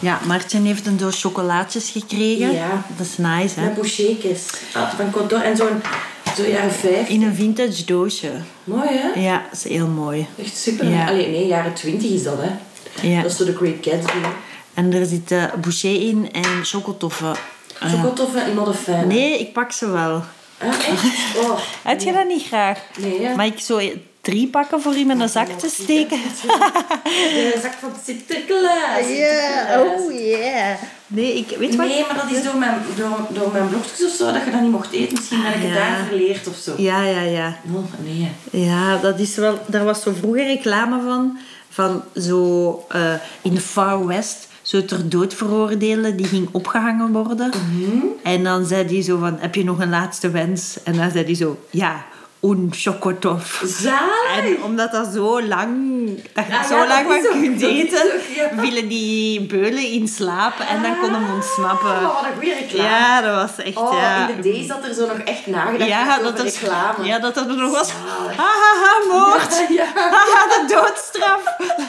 Ja, Martjen heeft een doos chocolaatjes gekregen. Ja. Dat is nice, hè? Met bouchekes. Van Condor. En zo'n jaren 50. In een vintage doosje. Mooi, hè? Ja, dat is heel mooi. Echt super. Ja. Allee, nee, jaren 20 is dat, hè? Ja. Dat is zo de Great Gatsby. En er zit boucher in en chocotoffen. Chocotoffen en not a fan. Nee, ik pak ze wel. Echt? Oh. Heb je dat niet graag? Nee, hè? Mag ik zo 3 pakken voor in mijn zak te steken? De zak van Sinterklaas. Oh yeah. Nee, ik weet wat... Nee, maar dat is door mijn blokjes of zo, dat je dat niet mocht eten. Misschien heb ik het daar verleerd of zo. Ja. Oh, nee. Ja, dat is wel... Daar was zo vroeger reclame van zo in de Far West, zo ter dood veroordelen, die ging opgehangen worden. Mm-hmm. En dan zei die zo van, heb je nog een laatste wens? En dan zei die zo, ja, un chocotof. Zalig! En omdat dat zo lang, dat je Ja, zo ja, lang dat is van ook- kunt dat is eten, ook, ja. vielen die beulen in slaap en dan kon hem ontsnappen. Oh, wat een goede reclame. Ja, dat was echt, Oh, ja. in de days dat er zo nog echt nagedacht Ja, werd dat over er, reclame. ja, dat er nog was. Zalig. Hahaha, moord. Ja. Haha, de doodstraf.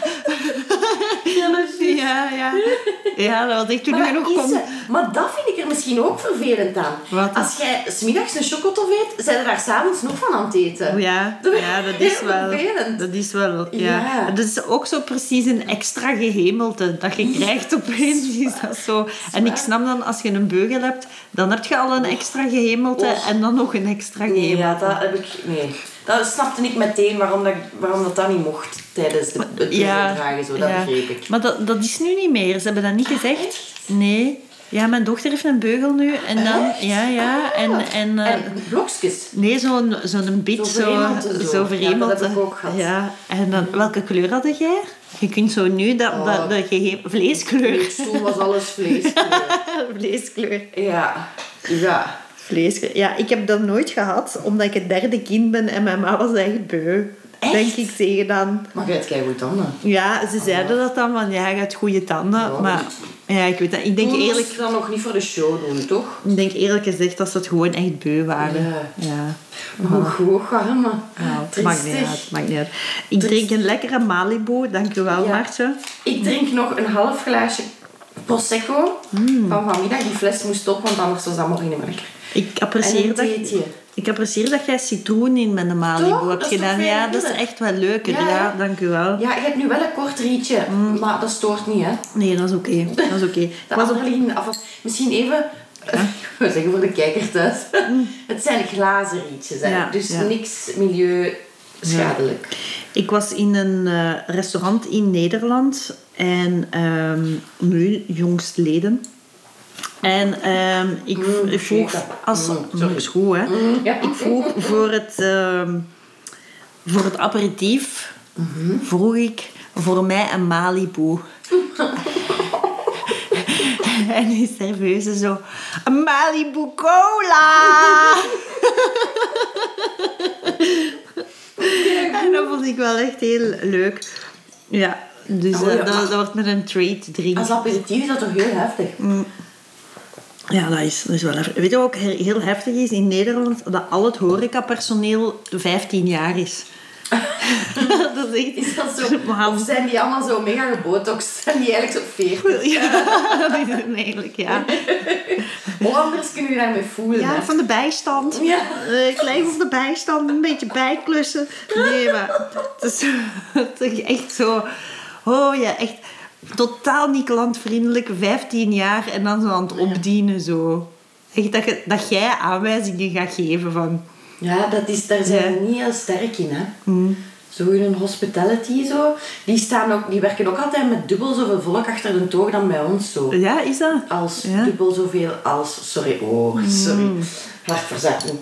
Ja, dat is... Ja, dat was echt toen Maar, genoeg dat is, kon. maar dat vind ik er misschien ook vervelend aan. Wat? Als jij 's middags een chocotof eet, zijn er daar s'avonds nog van aan het eten. Ja, dat is Heel wel. vervelend. Dat is wel, ja. Ja. Dat is ook zo precies een extra gehemelte dat je krijgt opeens. Is dat zo. En ik snap dan, als je een beugel hebt, dan heb je al een extra gehemelte en dan nog een extra Nee, gehemelte. ja, dat heb ik... Nee. Dat snapte ik meteen waarom dat niet mocht tijdens het beugel zo. Dat begreep ik. Maar dat is nu niet meer. Ze hebben dat niet gezegd. Echt? Nee. Ja, mijn dochter heeft een beugel nu. En dan... Echt? Ja. En blokjes. nee, zo'n bit Zo verhemelte zo. zo verhemelte. Ja, dat heb ik ook gehad. Ja. En dan, welke kleur had jij? Je kunt zo nu de vleeskleur. Toen was alles vleeskleur. Vleeskleur. Ja. Vleeskleur. Ja, ik heb dat nooit gehad, omdat ik het derde kind ben en mijn ma was echt beu. Echt? Denk ik tegen dan. Maar je hebt keigoed tanden. Ja, ze zeiden dat dan, van ja, je hebt goede tanden. Ja, maar ja, ik weet dat. Ik denk Toen eerlijk... moest je dat nog niet voor de show doen, toch? Ik denk eerlijk gezegd dat ze het gewoon echt beu waren. Ja. Hoe goed, arme. Nou, het maakt niet uit, maakt niet uit. Ik drink een lekkere Malibu, dankjewel Ja. Martje. Ik drink nog een half glaasje Prosecco van vanmiddag. Die fles moest op, want anders was dat morgen niet meer lekker. Ik En apprecieer, een theetje. dat jij citroen in met de Malibu Toch? hebt Dat is toch gedaan. veel Ja, dat is lekkerder? echt wel leuk. Ja, Ja, dankjewel. Ja, je hebt nu wel een kort rietje, maar dat stoort niet, hè. Nee, dat is oké. Dat is oké. De andere liggen af. Misschien even... We zeggen voor de kijker thuis. Het zijn glazen rietjes, hè. Ja, Dus ja. niks milieuschadelijk. Ik was in een restaurant in Nederland en nu jongstleden. En ik vroeg als sorry. is goed, hè? Ja. Ik vroeg voor het aperitief vroeg ik voor mij een Malibu. En die serveuse zo, een Malibu Cola! En dat vond ik wel echt heel leuk. Ja, dus dat wordt met een treat drinken. Als aperitief is dat toch heel heftig? Ja, dat is wel heftig. Weet je wat ook heel heftig is in Nederland? Dat al het horecapersoneel 15 jaar is. Dat is echt... Is dat zo? Of zijn die allemaal zo mega gebotoxed? Zijn die eigenlijk zo 40? Ja, dat is het eigenlijk, ja. Hollanders kunnen je daarmee voelen. Ja, hè. van de bijstand. Ja. Klein van de bijstand, een beetje bijklussen. Nee, maar het is echt zo... Oh ja, echt totaal niet klantvriendelijk. 15 jaar en dan zo aan het opdienen, zo. Echt dat jij aanwijzingen gaat geven van... Ja, daar zijn we niet heel sterk in, hè. Zo in een hospitality, zo. Die werken ook altijd met dubbel zoveel volk achter de toog dan bij ons, zo. Ja, is dat? Als Ja? dubbel zoveel als... Sorry. Hartverzakking.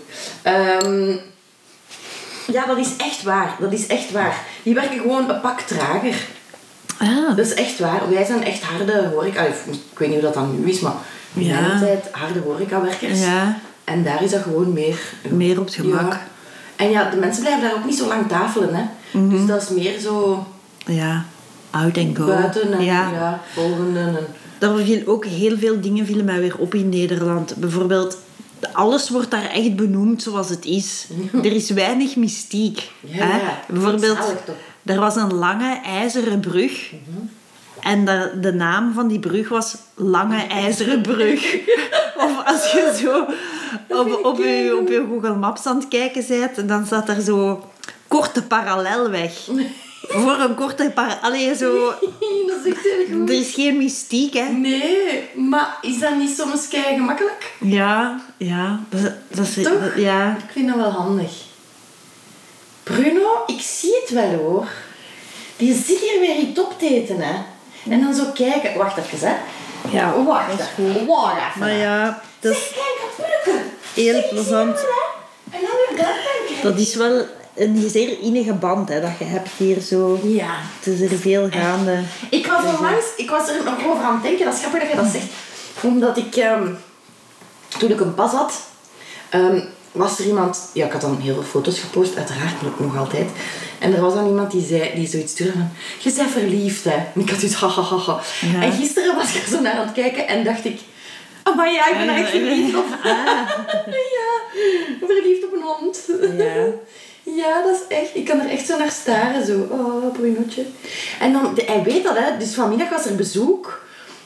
Ja, dat is echt waar. Dat is echt waar. Die werken gewoon een pak trager. Ah. Dat is echt waar. Wij zijn echt harde horeca... Ik weet niet hoe dat dan nu is, maar... In Ja. mijn tijd harde horecawerkers. Ja, En daar is dat gewoon meer... meer op het gemak. Ja. En ja, de mensen blijven daar ook niet zo lang tafelen, hè. Dus dat is meer zo... Ja, out and go. Buiten en Ja. volgende en... Daar viel ook heel veel dingen vielen mij weer op in Nederland. Bijvoorbeeld, alles wordt daar echt benoemd zoals het is. Er is weinig mystiek. Ja, hè? ja. Bijvoorbeeld, Zalig toch? er was een lange ijzeren brug. En de naam van die brug was Lange IJzeren Brug. Of als je zo op je Google Maps aan het kijken bent, en dan staat er zo korte parallelweg. Voor een korte parallel. Zo. Dat is echt heel goed. Er is geen mystiek, hè? Nee, maar is dat niet soms kei gemakkelijk? Ja. Dat is, Toch? ja. Ik vind dat wel handig. Bruno, ik zie het wel hoor. Die zit hier weer iets op te eten, hè. En dan zo kijken. Wacht even, hè. Ja, Wacht dat is even. goed. Wacht even. Maar ja, dat is Zeg, kijk, kapulken. heel plezant. En dan weer dat denken. Dat is wel een zeer innige band, hè, dat je hebt hier zo. Ja. Het is er veel gaande. Ik was er nog over aan het denken. Dat is grappig dat je dat zegt. Omdat ik, toen ik een pas had, was er iemand... Ja, ik had dan heel veel foto's gepost, uiteraard, nog altijd. En er was dan iemand die zoiets stuurde van... Je bent verliefd, hè. En ik had zoiets, ha. Ja. En gisteren was ik er zo naar aan het kijken en dacht ik... Maar ja, ik ben echt verliefd op... Ja, verliefd op een hond. Ja. Ja, dat is echt... Ik kan er echt zo naar staren, zo. Oh, Brunotje. En dan... Hij weet dat, hè. Dus vanmiddag was er bezoek.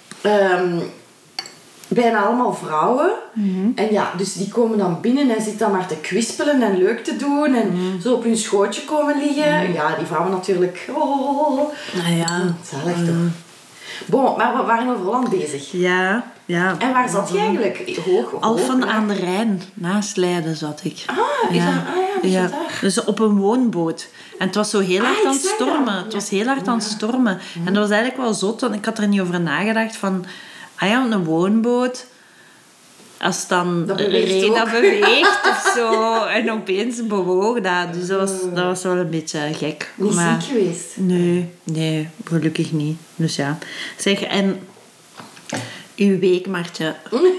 Bijna allemaal vrouwen. Mm-hmm. En ja, dus die komen dan binnen en zitten dan maar te kwispelen en leuk te doen. En zo op hun schootje komen liggen. Ja, die vrouwen natuurlijk... Oh. Nou ja. Zalig toch. Bon, maar we waren over Holland bezig. Ja. En waar zat je eigenlijk? Hoog? Alphen aan de Rijn, naast Leiden zat ik. Is dat daar? Dus op een woonboot. En het was zo heel hard aan het stormen. Het was heel hard aan het stormen. En dat was eigenlijk wel zot, want ik had er niet over nagedacht van... een woonboot... Als het dan Dat beweegt dat ook. beweegt of zo. En opeens bewoog dat. Dus dat was wel een beetje gek. Niet Maar, ziek geweest? Nee, gelukkig niet. Dus ja. Zeg, en... Uw week, Martje.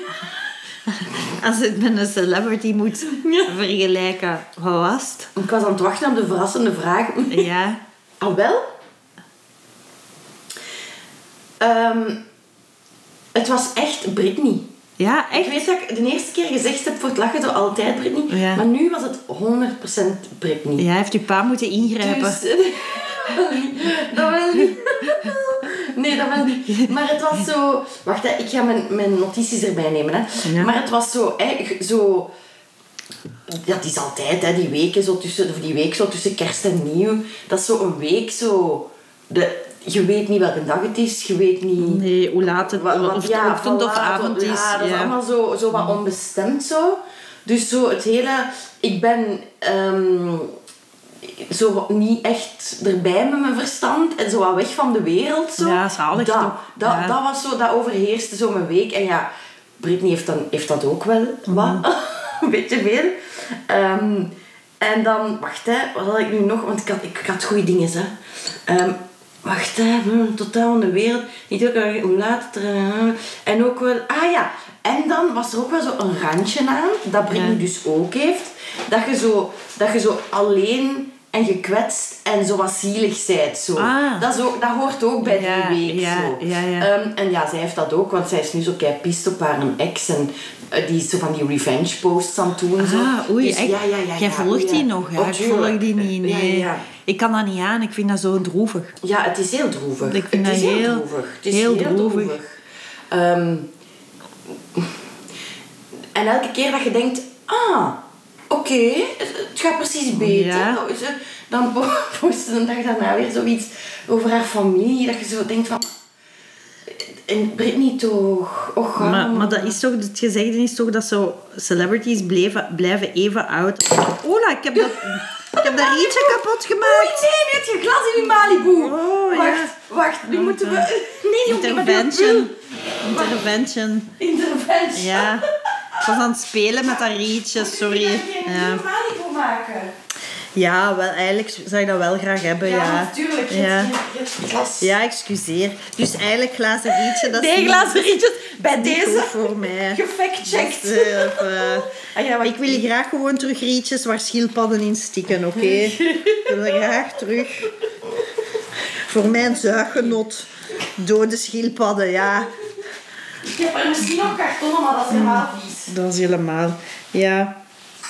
Als het met een celebrity moet vergelijken, wat was het? Ik was aan het wachten op de verrassende vraag. Ja. Ah, wel? Het was echt Britney. Ja, Ik echt? weet dat ik de eerste keer gezegd heb voor het lachen zo altijd Britney. Ja. Maar nu was het 100% Britney. Ja, heeft uw pa moeten ingrijpen. Dus, dat wel niet. Nee, dat wel niet. Maar het was zo... Wacht, hè, ik ga mijn notities erbij nemen. Hè. Ja. Maar het was zo... zo ja, het is altijd, hè, die weken zo tussen... Of die week zo tussen kerst en nieuw. Dat is zo een week zo... Je weet niet welke dag het is. Je weet niet... Nee, hoe laat het... of het ochtend of laat, avond is. Ja, dat is allemaal zo wat onbestemd zo. Dus zo het hele... Ik ben... zo niet echt erbij met mijn verstand en zo wat weg van de wereld. Zo. Ja, zalig toch? Dat was zo, dat overheerste zo mijn week. En ja, Britney heeft dat ook wel wat. Een beetje veel. En dan, wacht hè, wat had ik nu nog? Want ik had goede dingen, hè. Wacht hè, totaal van de wereld. Niet ook, hoe laat het er... En ook wel... Ah ja, en dan was er ook wel zo een randje aan, dat Britney dus ook heeft. Dat je zo alleen en gekwetst en zo wat zielig zijt. Zo. Ah. Dat hoort ook bij die week. Zo. En ja, zij heeft dat ook, want zij is nu zo keipist op haar ex. En die is zo van die revenge posts aan het doen. Ah, oei, dus, echt? Jij volgt die nog, hè? Oh, Ik volg die niet, nee. Ja. Ik kan dat niet aan, ik vind dat zo droevig. Ja, het is heel droevig. Ik vind het dat is heel droevig. Het is heel heel droevig. En elke keer dat je denkt... Oké, het gaat precies beter. Ja. Dan post ze een dag daarna weer zoiets over haar familie. Dat je zo denkt van... En Britney toch... Och, Maar dat is toch, het gezegde is toch dat zo celebrities blijven even oud. Ola, ik heb dat rietje kapot gemaakt. Nee, net je glas in je Malibu. Oh, Wacht, nu moeten we... Nee, Intervention. Intervention. Ja. Ik was aan het spelen met dat rietje, sorry. Ik ga geen Malibu maken. Ja, wel, eigenlijk zou ik dat wel graag hebben, ja. natuurlijk. Ja. Glas. Ja, excuseer. Dus eigenlijk glazen rietje, dat is Nee, niet- glazen rietjes. Bij niet goed deze voor mij. gefactcheckt. Dus, Ja, ik wil graag gewoon terug rietjes waar schildpadden in stikken, oké? Ik wil er graag terug. Voor mijn zuiggenot. Dode schildpadden, ja. Ik heb er misschien nog kartonnen, maar dat is helemaal vies. Dat is helemaal... Ja.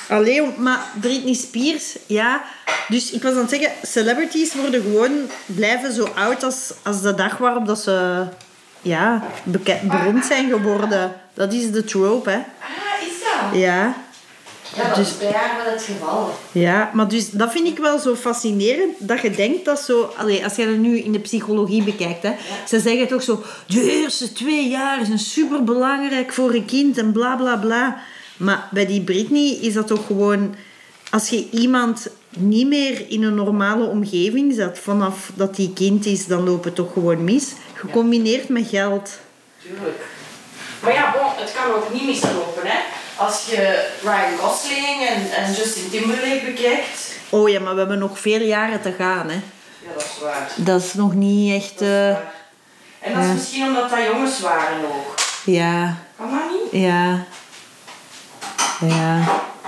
Allee, maar Britney Spears, ja. Dus ik was aan het zeggen, celebrities worden gewoon blijven zo oud als de dag waarop dat ze beroemd zijn geworden. Dat is de trope, hè. Ah, is dat? Ja. Ja, dat is bij haar wel het geval. Ja, maar dus dat vind ik wel zo fascinerend, dat je denkt dat zo... Allee, als je dat nu in de psychologie bekijkt, hè. Ze zeggen toch zo, de eerste 2 jaar zijn superbelangrijk voor een kind en bla bla bla. Maar bij die Britney is dat toch gewoon... Als je iemand niet meer in een normale omgeving zet, vanaf dat die kind is, dan loopt het toch gewoon mis. Gecombineerd met geld. Tuurlijk. Maar ja, bon, het kan ook niet mislopen, hè. Als je Ryan Gosling en Justin Timberlake bekijkt... Oh ja, maar we hebben nog veel jaren te gaan, hè. Ja, dat is waar. Dat is nog niet echt... En dat is misschien omdat dat jongens waren ook. Ja. Kan dat niet? Ja. Ja.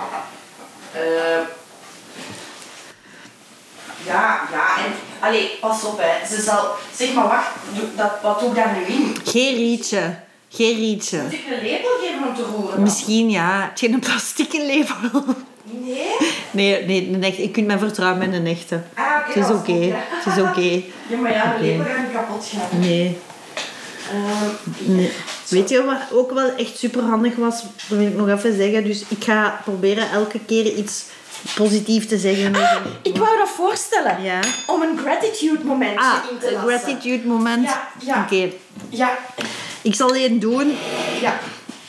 En... Allee, pas op, hè. Ze zal... Zeg maar, wacht. Wat doe ik daar nu in? Geen rietje. Geen rietje. Moet ik een lepel geven om te roeren? Dan? Misschien, ja. Heb je een plastieke lepel? Nee? Nee, een echte. Je kunt mij vertrouwen met een echte. Ah, oké. Het is oké. Het is oké. Ja, maar ja, de lepel gaat niet kapot gaan. Nee. Nee. Weet je wat ook wel echt super handig was? Dat wil ik nog even zeggen. Dus ik ga proberen elke keer iets positiefs te zeggen. Ik wou dat voorstellen. Ja. Om een gratitude momentje in te een lassen. gratitude moment. Ja. Oké. Ja. Ik zal één doen. Ja.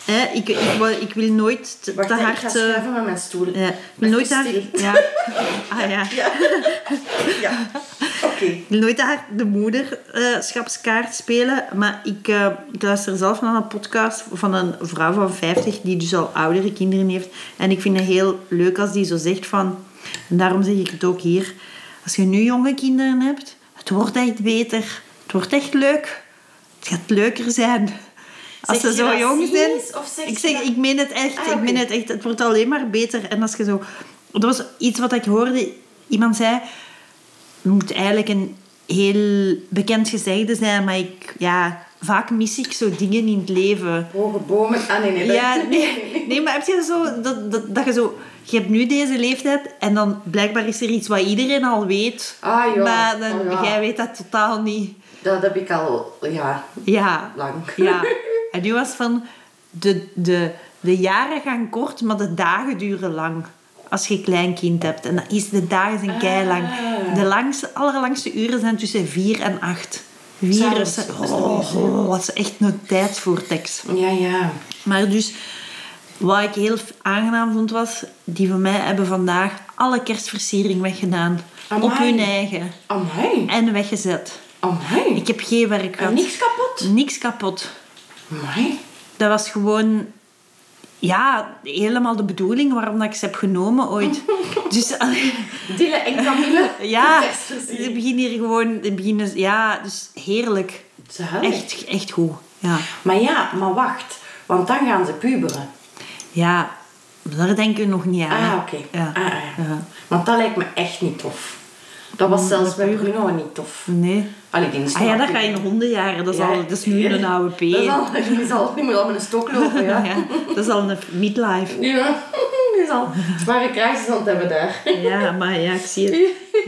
Ik wil nooit te Wacht, hard... ik ga schuiven met mijn stoel. Ja. Ik wil nooit te hard... Ja. Ah ja. Ja. Oké. Ik wil nooit te hard de moederschapskaart spelen. Maar ik luister zelf naar een podcast van een vrouw van 50 die dus al oudere kinderen heeft. En ik vind het heel leuk als die zo zegt van... En daarom zeg ik het ook hier. Als je nu jonge kinderen hebt, het wordt echt beter. Het wordt echt leuk. Het gaat leuker zijn. Als ze zo jong zijn. Ik meen het echt. Ah, okay. Ik meen het echt. Het wordt alleen maar beter. En als je zo... Dat was iets wat ik hoorde. Iemand zei... Het moet eigenlijk een heel bekend gezegde zijn. Maar vaak mis ik zo dingen in het leven. Hoge bomen. Ah, nee. Ja, nee, maar heb je zo... Dat je zo... Je hebt nu deze leeftijd en dan blijkbaar is er iets wat iedereen al weet. Ah ja. Maar jij weet dat totaal niet. Dat heb ik al, lang. Ja. En nu was het van... De jaren gaan kort, maar de dagen duren lang. Als je een klein kind hebt. En de dagen zijn keilang. De allerlangste uren zijn tussen 4 en 8. 4 is... wat is echt een tijdsvoortex. Ja. Maar dus... Wat ik heel aangenaam vond was... Die van mij hebben vandaag alle kerstversiering weggedaan. Amai. Op hun eigen. Amai. En weggezet. Amai. Ik heb geen werk gehad. En niks kapot? Niks kapot. Amai. Dat was gewoon... Ja, helemaal de bedoeling waarom dat ik ze heb genomen ooit. Dus... Dille en Camille. Ja, ze beginnen hier gewoon... Ja, dus heerlijk. Zalig. Echt goed. Ja. Maar wacht. Want dan gaan ze puberen. Ja, daar denken we nog niet aan. Oké. Ja. Ja. Want dat lijkt me echt niet tof. Dat was zelfs bij Bruno niet tof. Nee. Allee, die is dat ga je in hondenjaren. Dat is nu een oude P. Die zal niet meer al met een stok lopen, ja. Dat is al een midlife. Ja, die is al zware kruisjes aan het hebben daar. Ja, maar ja, ik zie het.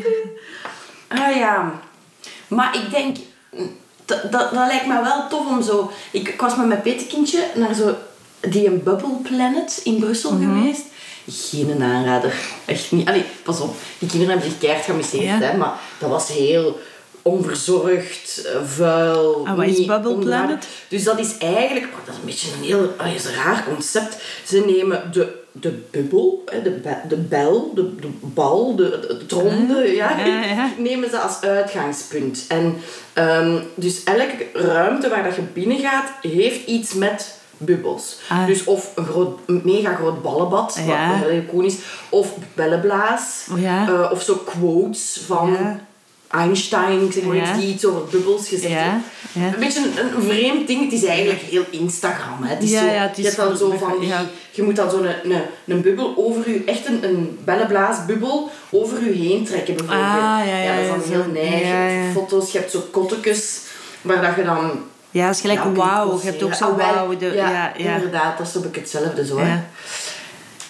Ja. Maar ik denk... Dat lijkt me wel tof om zo... Ik was met mijn petekindje naar zo... Die een Bubble Planet in Brussel geweest. Geen aanrader. Echt niet. Allee, pas op. Die kinderen hebben zich keihard geamuseerd, hè. Maar dat was heel onverzorgd, vuil. En wat is Bubble Planet? Dus dat is eigenlijk... Dat is een beetje een heel... Dat is een raar concept. Ze nemen de bubbel, de bel, de bal, het ronde, nemen ze als uitgangspunt. En dus elke ruimte waar dat je binnen gaat, heeft iets met bubbels. Dus of een mega groot ballenbad, wat heel iconisch, of bellenblaas, of zo quotes van Einstein, ik zeg maar iets die iets over bubbels gezegd heeft. Een beetje een vreemd ding. Het is eigenlijk heel Instagram. Hè. Het is je hebt dan zo van je moet dan zo een bubbel over je, echt een bellenblaasbubbel over je heen trekken bijvoorbeeld. Dat is dan heel neig. Foto's, je hebt zo kottekes waar dat je dan... Ja, dat is gelijk wauw. Je hebt ook zo wauw. Inderdaad, dat is toch ook hetzelfde zo.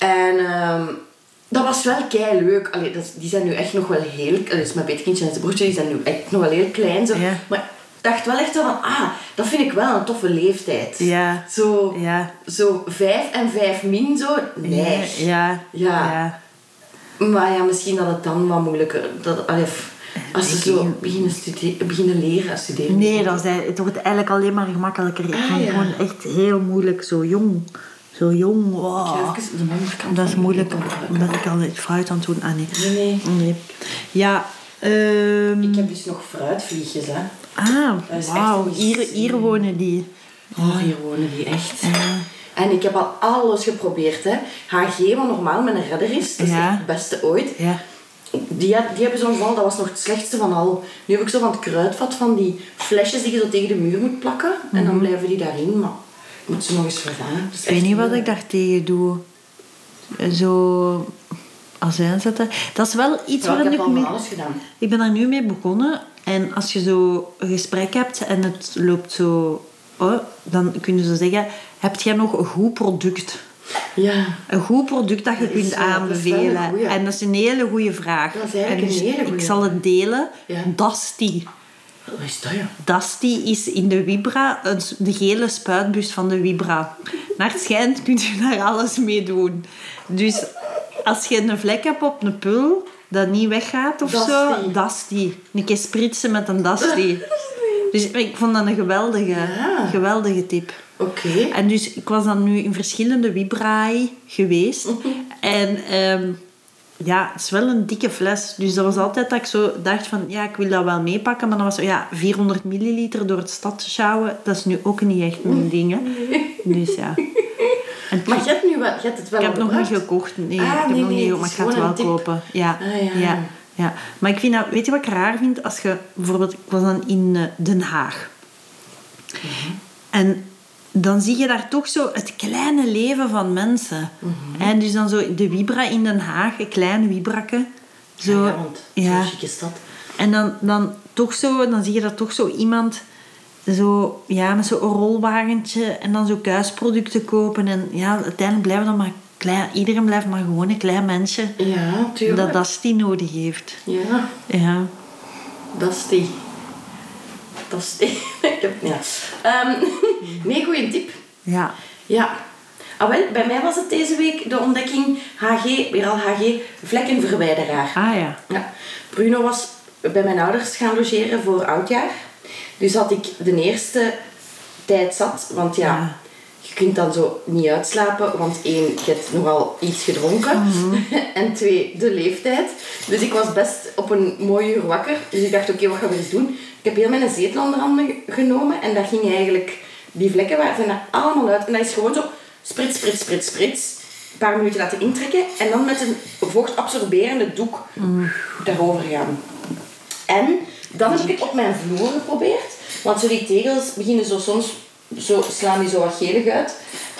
En dat was wel keileuk. Allee, die zijn nu echt nog wel heel... Dus mijn petekindje en zijn broertje, die zijn nu echt nog wel heel klein. Zo. Ja. Maar ik dacht wel echt zo van... dat vind ik wel een toffe leeftijd. Ja. Zo, Ja. zo 5 en 5 min zo. Nee. Ja. Maar ja, misschien dat het dan wat moeilijker... Als ze zo beginnen leren en studeren. Nee, het wordt eigenlijk alleen maar gemakkelijker. Ik vind het gewoon echt heel moeilijk. Zo jong. Wow. Ik ga even de onderkant. Dat is moeilijk, omdat ik al het fruit aan het doen... Nee. Ja. Ik heb dus nog fruitvliegjes, hè. Wauw. Hier wonen die. Hier wonen die echt. En ik heb al alles geprobeerd, hè. HG, wat normaal met een redder is. Dat is echt het beste ooit. Ja. Die hebben zo'n val, dat was nog het slechtste van al. Nu heb ik zo van het kruidvat van die flesjes die je zo tegen de muur moet plakken. En dan blijven die daarin, maar ik moet ze nog eens vervangen. Ik weet niet wat ik daar tegen doe. Zo azijn zetten. Dat is wel iets waar ik heb al van alles gedaan. Ik ben daar nu mee begonnen. En als je zo een gesprek hebt en het loopt zo... dan kun je zo zeggen... Heb jij nog een goed product? Ja. Een goed product dat je kunt aanbevelen. En dat is een hele goede vraag. Dat is eigenlijk een hele goeie. Ik zal het delen. Ja. Dusty. Wat is dat, ja? Dusty is in de Vibra de gele spuitbus van de Vibra. Naar het schijnt kun je daar alles mee doen. Dus als je een vlek hebt op een pul dat niet weggaat of zo, Dusty. Een keer spritsen met een Dusty. Dus ik vond dat een geweldige tip. Oké. En dus ik was dan nu in verschillende Vibra'i geweest. En het is wel een dikke fles. Dus dat was altijd dat ik zo dacht van... Ja, ik wil dat wel meepakken. Maar dan was zo... 400 milliliter door het stad sjouwen. Dat is nu ook niet echt mijn ding, hè. Dus ja. Maar je hebt het wel Ik heb nog niet gekocht. Nee, ik heb nog niet gekocht. Maar ik ga het wel kopen. Ja. Ja. Maar ik vind dat... Weet je wat ik raar vind? Als je... Bijvoorbeeld... Ik was dan in Den Haag. En... Dan zie je daar toch zo het kleine leven van mensen. En dus dan zo de Vibra in Den Haag, een klein Vibrake. Zo, zo'n chique stad. En dan toch zo, dan zie je dat toch zo iemand zo, met zo'n rolwagentje en dan zo kuisproducten kopen. En uiteindelijk blijven dan maar klein, iedereen blijft maar gewoon een klein mensje. Ja, tuurlijk. Dat die nodig heeft. Ja. Dat is die. Nee, goeie tip. Ja. Wel, bij mij was het deze week de ontdekking weer al HG, vlekkenverwijderaar. Ja. Bruno was bij mijn ouders gaan logeren voor oudjaar. Dus had ik de eerste tijd zat, want je kunt dan zo niet uitslapen, want 1, je hebt nogal iets gedronken. En 2, de leeftijd. Dus ik was best op een mooi uur wakker. Dus ik dacht, oké, wat gaan we eens doen? Ik heb heel mijn zetel onder handen genomen en dat ging eigenlijk... Die vlekken zijn er allemaal uit. En dat is gewoon zo sprits. Een paar minuten laten intrekken. En dan met een vochtabsorberende doek daarover gaan. En dan heb ik het op mijn vloer geprobeerd. Want zo die tegels beginnen zo soms... Zo slaan die zo wat gelig uit.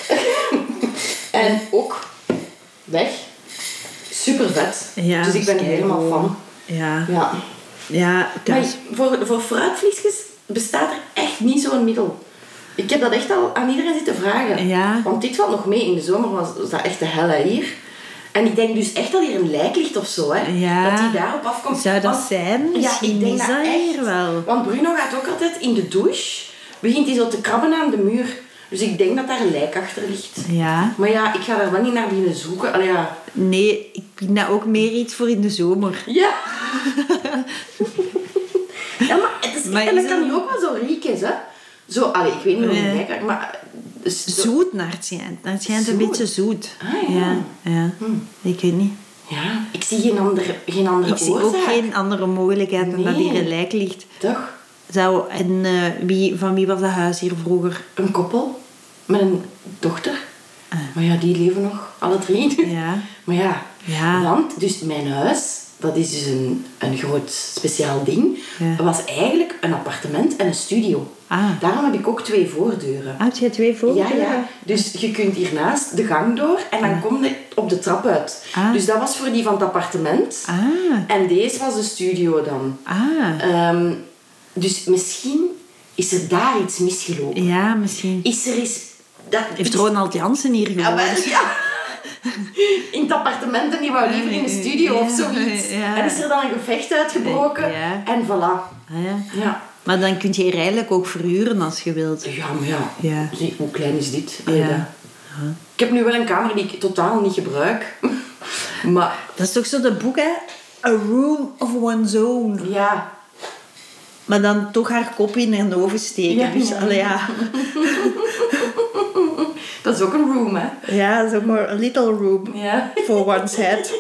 En ook weg. Super vet. Ja, dus ik ben er helemaal van. Ja, maar voor fruitvliesjes bestaat er echt niet zo'n middel. Ik heb dat echt al aan iedereen zitten vragen. Want dit valt nog mee. In de zomer was dat echt de hel hier. En ik denk dus echt dat hier een lijk ligt of zo. Hè? Dat die daarop afkomt. Zou dat zijn? Misschien ik denk is dat echt. hier wel. Want Bruno gaat ook altijd in de douche. Begint hij zo te krabben aan de muur. Dus ik denk dat daar een lijk achter ligt. Ja. Maar ik ga daar wel niet naar beginnen zoeken. Nee, ik vind dat ook meer iets voor in de zomer. Ja. Maar het is en dat kan hier ook wel zo riekjes, hè. Zo, ik weet niet hoe het lijkt, maar... Zoet naar het schijnt. Het schijnt een beetje zoet. Ja. Ik weet niet. Ja, ik zie geen andere Ik zie ook geen andere mogelijkheid dan dat hier een lijk ligt. Toch? Van wie was dat huis hier vroeger? Een koppel met een dochter. Maar die leven nog, alle 3. Ja. Maar want dus mijn huis, dat is dus een groot speciaal ding. Dat was eigenlijk een appartement en een studio. Daarom heb ik ook 2 voordeuren. Had jij 2 voordeuren? Ja. Dus je kunt hiernaast de gang door en dan kom je op de trap uit. Dus dat was voor die van het appartement. En deze was de studio dan. Dus misschien is er daar iets misgelopen. Ja, misschien. Heeft Ronald Jansen hier gewoond? in het appartement en die wou liever in de studio of zoiets. Ja. En is er dan een gevecht uitgebroken. Ja. En voilà. Ja. Maar dan kun je eigenlijk ook verhuren als je wilt. Ja, maar Ja. Zie, hoe klein is dit? Ja. Ik heb nu wel een kamer die ik totaal niet gebruik. Maar Dat is toch zo dat boek, hè? A Room of One's Own. ja... Maar dan toch haar kop in haar oven steken. Ja, Dus, ja. allee, ja. Dat is ook een room, hè? Ja, zo maar a little room Ja. for one's head.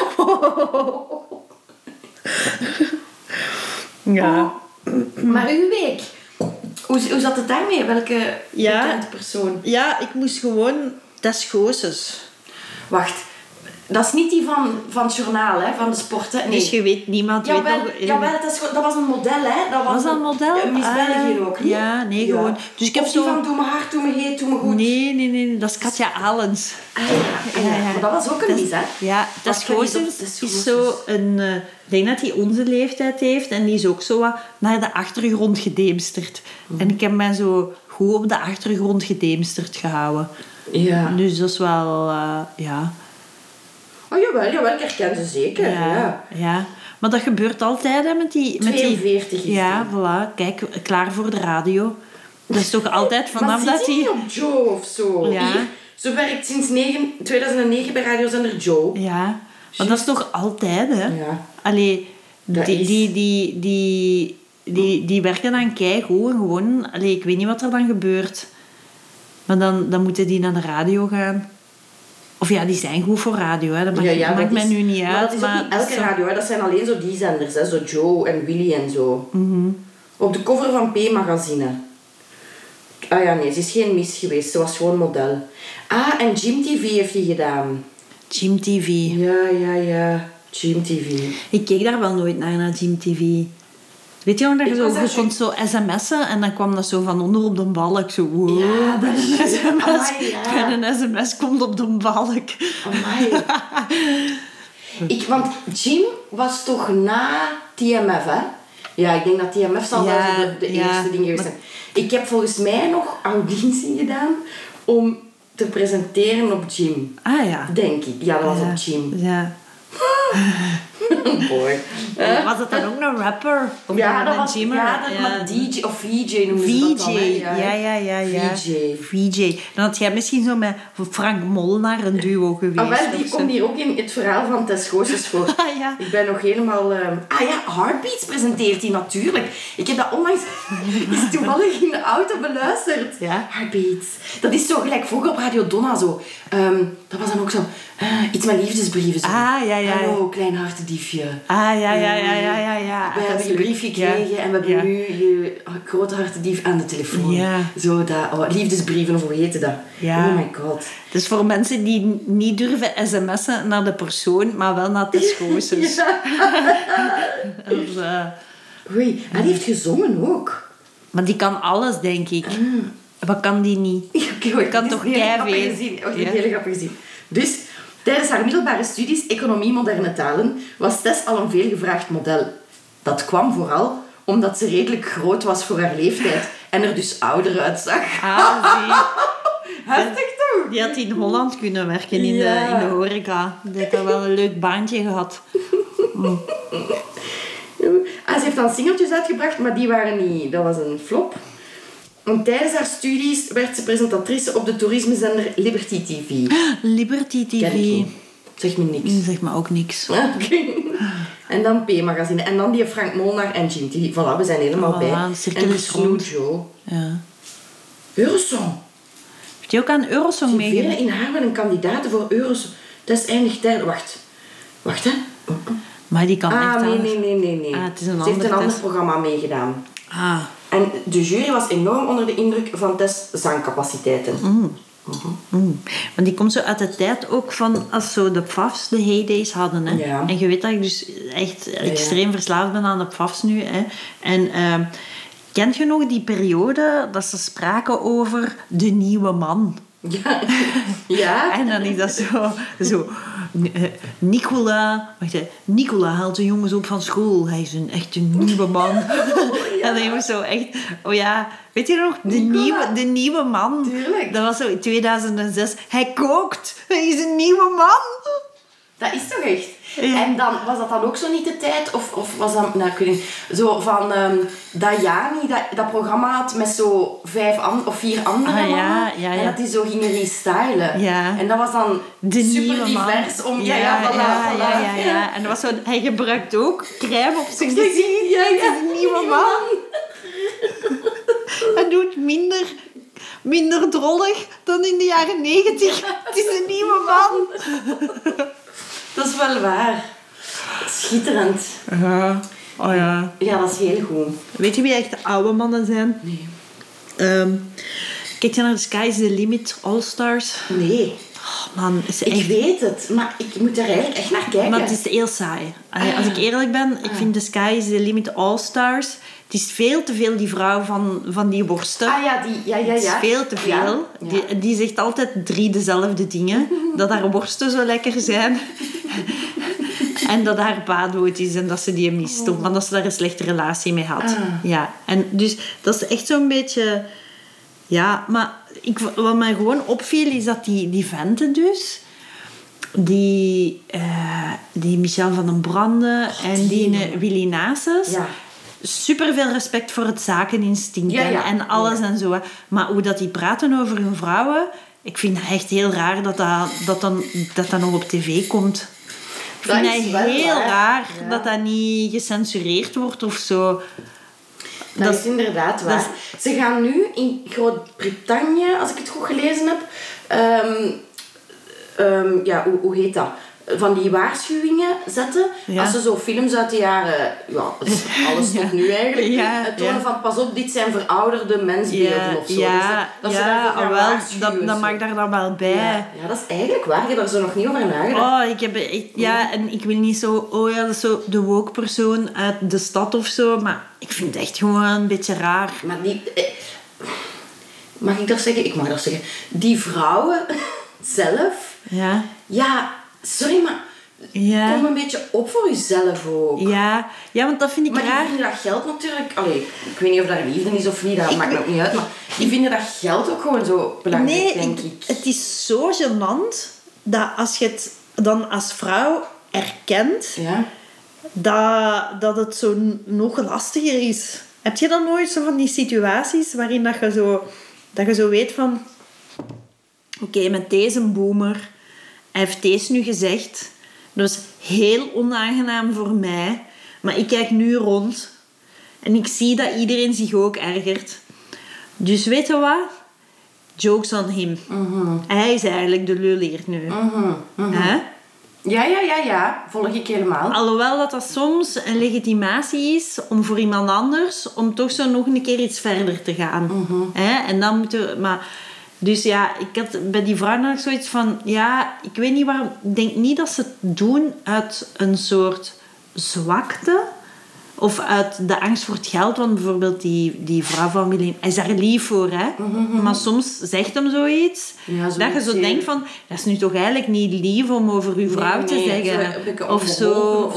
Ja. Maar uw week, hoe zat het daarmee? Welke Ja. bekende persoon? Ja, ik moest gewoon... Dat is Goossens. Wacht, dat is niet die van het journaal, hè? Van de sport, hè? Nee. Dus je weet, niemand weet Jawel, nog... jawel dat was een model, hè? Was dat een model? Miss België ook, niet? Ja, nee, gewoon. Dus ik heb of die zo... van doe me hard, doe me heet, doe me goed. Nee, dat is Katja Alens. Ah, ja. Maar dat was ook een Miss, hè? Ja, dat is Goossens. Is zo een... ik denk dat hij onze leeftijd heeft. En die is ook zo wat naar de achtergrond gedeemsterd. En ik heb mij zo goed op de achtergrond gedeemsterd gehouden. Ja. Dus dat is wel... ja. Oh, jawel, ik herken ze zeker. Ja. Maar dat gebeurt altijd, hè, met die... 42 is Ja, voilà. Kijk, klaar voor de radio. Dat is toch altijd vanaf maar dat zit hij hij... niet op Joe of zo? Ja. Hier, zo werkt sinds 2009 bij radiozender Joe. Ja, maar dat is toch altijd, hè? Ja. Allee, Dat is- die werken dan keigoed en gewoon... Allee, ik weet niet wat er dan gebeurt. Maar dan moeten die naar de radio gaan. Of ja, die zijn goed voor radio, hè. Dat maakt dat mij is- nu niet maar uit. dat is ook niet elke zo- radio, hè. Dat zijn alleen zo die zenders, hè. Zo Joe en Willy en zo. Op de cover van P-magazine. Ah ja, nee, ze is geen Miss geweest. Ze was gewoon model. Ah, en Gym TV heeft die gedaan. Gym TV. Ja. Gym TV. Ik keek daar wel nooit naar Gym TV. Weet je nog dat je Ik zo... was daar Je kon zo sms'en en dan kwam dat zo van onder op de balk. Zo, wow, Ja, dat is... sms. Amai, ja. En een sms komt op de balk. Amai. Want Jim was toch na TMF, hè? Ja, ik denk dat TMF zal wel Ja, zo de ja. eerste ding geweest zijn. Ik heb volgens mij nog auditie gedaan om te presenteren op Jim. Ah ja. Denk ik. Ja, dat was Ja. op Jim. Ja. Boy. Was het dan ook een rapper? Of Ja, dat een was... gymmer? Ja, dat maar DJ of VJ noemen ze dat dan, hè? VJ. Ja. VJ. VJ. Dan had jij misschien zo met Frank Molnar een duo geweest. Ah, wel, die of zo. komt hier ook in het verhaal van Tess Goossens voor. Ah, ja. Ik ben nog helemaal... Heartbeats presenteert hij natuurlijk. Ik heb dat onlangs is toevallig in de auto beluisterd. Ja? Heartbeats. Dat is zo gelijk vroeger op Radio Donna zo. Dat was dan ook zo... iets met liefdesbrieven zo. Ah, ja. Hallo, klein hartendiefje. Ah, ja. We hebben je brief gekregen en we hebben nu je grote hartendief aan de telefoon. Ja. Zo dat... liefdesbrieven, of hoe heette dat? Ja. Oh my god. Dus voor mensen die niet durven sms'en naar de persoon, maar wel naar Tess Goossens. Dus, Oei, en die heeft gezongen ook. maar die kan alles, denk ik. Wat kan die niet? Ik kan toch keiveel. Een hele grappige zin. Dus, tijdens haar middelbare studies Economie Moderne Talen was Tess al een veelgevraagd model. Dat kwam vooral omdat ze redelijk groot was voor haar leeftijd en er dus ouder uitzag. Ah, zie. Heftig toch? Die had in Holland kunnen werken in Ja. de horeca. Die had daar wel een leuk baantje gehad. Ze heeft dan singeltjes uitgebracht, maar die waren niet... Dat was een flop. En tijdens haar studies werd ze presentatrice op de toerismezender Liberty TV. Liberty Ken ik TV. niet. Zeg me niks. Zeg maar ook niks. Oké. En dan P-magazine. En dan die Frank Molnar en Jim TV. Voilà, we zijn helemaal Voilà, bij. de cirkel En is Snoe rond. Joe. Ja. Eurosong. Heb je ook aan Eurosong Velen meegedaan? in Haarlem een kandidaat voor Eurosong. Dat is eindig derde. Wacht hè. Maar die kan echt alles. Nee. Ah, het is een Ze heeft ander een ander test. programma meegedaan. Ah. En de jury was enorm onder de indruk van Tess' zangcapaciteiten. Want die komt zo uit de tijd ook van als zo de Pfaffs de heydays hadden. Hè? Ja. En je weet dat ik dus echt extreem verslaafd ben aan de Pfaffs nu. Hè? En kent je nog die periode dat ze spraken over de nieuwe man? Ja. Ja. En dan is dat zo Nicola haalt de jongens op van school. Hij is een echte nieuwe man. Ja. dat ik zo echt... Oh ja, weet je nog? De nieuwe man. Tuurlijk. Dat was zo in 2006. Hij kookt. Hij is een nieuwe man. Dat is toch echt? Ja. En dan, was dat dan ook zo niet de tijd? Of was dat... Nou, ik weet niet. Zo van... Dajani, dat programma had met zo 4 andere mannen. Ja. En dat die zo gingen restylen. Ja. En dat was dan De super nieuwe man. divers. Om, Ja. En dat was zo... Hij gebruikt ook crème op zijn gezicht. Ja. Het is een nieuwe man. Hij doet minder drollig dan in de jaren 90. Het is een nieuwe man. Dat is wel waar. Schitterend. Ja. Oh ja. Ja, dat is heel goed. Weet je wie echt de oude mannen zijn? Nee. Kijk je naar de Sky's the Limit All-Stars? Nee. Oh man, is Ik echt... weet het, maar ik moet er eigenlijk echt naar kijken. Maar het is heel saai. Als ik eerlijk ben, ik vind de Sky's the Limit All-Stars... Het is veel te veel die vrouw van die worsten. Ja. Het is veel te veel. Ja. Die zegt altijd 3 dezelfde dingen. Dat haar worsten zo lekker zijn. En dat haar pa dood is en dat ze die mist. Maar dat ze daar een slechte relatie mee had. Ja. En dus dat is echt zo'n beetje... Ja, maar wat mij gewoon opviel is dat die venten dus... Die Michel van den Brande en die Willy Nases... Ja. Super veel respect voor het zakeninstinct en alles en zo. Hè. Maar hoe dat die praten over hun vrouwen... Ik vind het echt heel raar dat nog op tv komt. Ik vind het heel raar dat dat niet gecensureerd wordt of zo. Dat is inderdaad waar. Ze gaan nu in Groot-Brittannië, als ik het goed gelezen heb... hoe heet dat? Van die waarschuwingen zetten. Ja. Als ze zo films uit de jaren... Ja, alles tot nu eigenlijk. Tonen van, pas op, dit zijn verouderde mensbeelden of zo. Ja, dus dat mag daar dan wel bij. Ja, dat is eigenlijk waar. Ik heb er zo nog niet over nagedacht. En ik wil niet zo... dat is zo de woke persoon uit de stad of zo. Maar ik vind het echt gewoon een beetje raar. Maar die... Mag ik dat zeggen? Ik mag dat zeggen. Die vrouwen zelf... Ja. Ja... Sorry, maar kom een beetje op voor jezelf ook. Ja, want dat vind ik raar. Maar die vinden dat geld natuurlijk... Ik weet niet of dat liefde is of niet, dat maakt me ook niet uit. Maar die vinden dat geld ook gewoon zo belangrijk, denk ik. Het is zo gênant dat als je het dan als vrouw erkent... Ja. Dat het zo nog lastiger is. Heb je dan nooit zo van die situaties waarin dat je zo weet van... Oké, met deze boomer... Hij heeft deze nu gezegd. Dat is heel onaangenaam voor mij. Maar ik kijk nu rond. En ik zie dat iedereen zich ook ergert. Dus weet je wat? Jokes on him. Mm-hmm. Hij is eigenlijk de lul hier nu. Mm-hmm. Mm-hmm. Ja. Volg ik helemaal. Alhoewel dat soms een legitimatie is om voor iemand anders... om toch zo nog een keer iets verder te gaan. Mm-hmm. En dan moeten we... Maar, dus ja, ik had bij die vrouw nog zoiets van... Ja, ik weet niet waarom... Ik denk niet dat ze het doen uit een soort zwakte... Of uit de angst voor het geld. Want bijvoorbeeld die vrouw van Willem... Hij is daar lief voor, hè. Mm-hmm. Maar soms zegt hem zoiets... Ja, dat je zo denkt van... Dat is nu toch eigenlijk niet lief om over uw vrouw te zeggen. Of zo.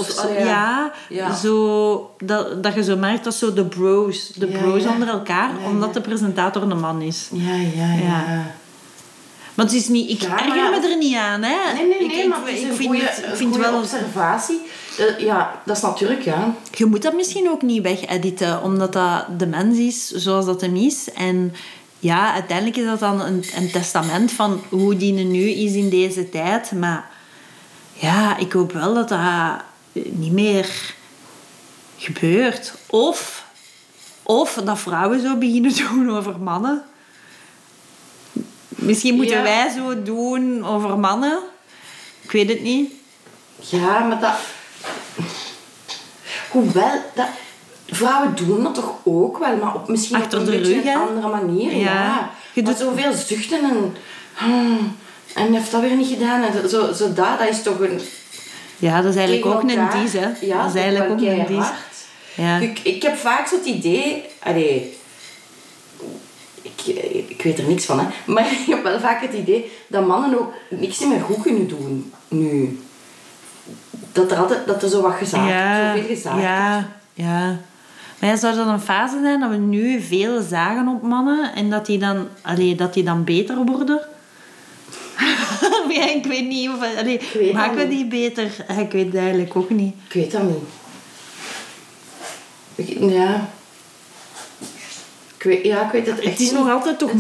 Zo dat je zo merkt dat zo de bros onder elkaar. Omdat de presentator een man is. Ja. Maar het is niet... Ik erger me er niet aan, hè. Nee, maar het is een goede wel observatie. Dat is natuurlijk, ja. Je moet dat misschien ook niet wegediten, omdat dat de mens is zoals dat hem is. En ja, uiteindelijk is dat dan een testament van hoe die nu is in deze tijd. Maar ja, ik hoop wel dat dat niet meer gebeurt. Of dat vrouwen zo beginnen doen over mannen. Misschien moeten wij zo doen over mannen. Ik weet het niet. Ja, maar dat... Hoewel, vrouwen doen dat toch ook wel, maar op misschien achter op een beetje een andere manier. Ja. Je doet zoveel zuchten en heeft dat weer niet gedaan. En dat is toch een... Ja, dat is eigenlijk ook een dies, hè. Ja, dat is eigenlijk ook een dies. Ja. Ik heb vaak zo het idee... Ik weet er niks van, hè. Maar ik heb wel vaak het idee dat mannen ook niks meer goed kunnen doen nu. Dat er zo wat gezaagd, zoveel gezaagd. Ja. Maar ja, zou dat een fase zijn dat we nu veel zagen op mannen en dat die dan beter worden? Ja, ik weet niet of... maken we die beter? Ik weet het eigenlijk ook niet. Ik weet dat niet. Ja. Ik weet het echt. Het is nog altijd toch...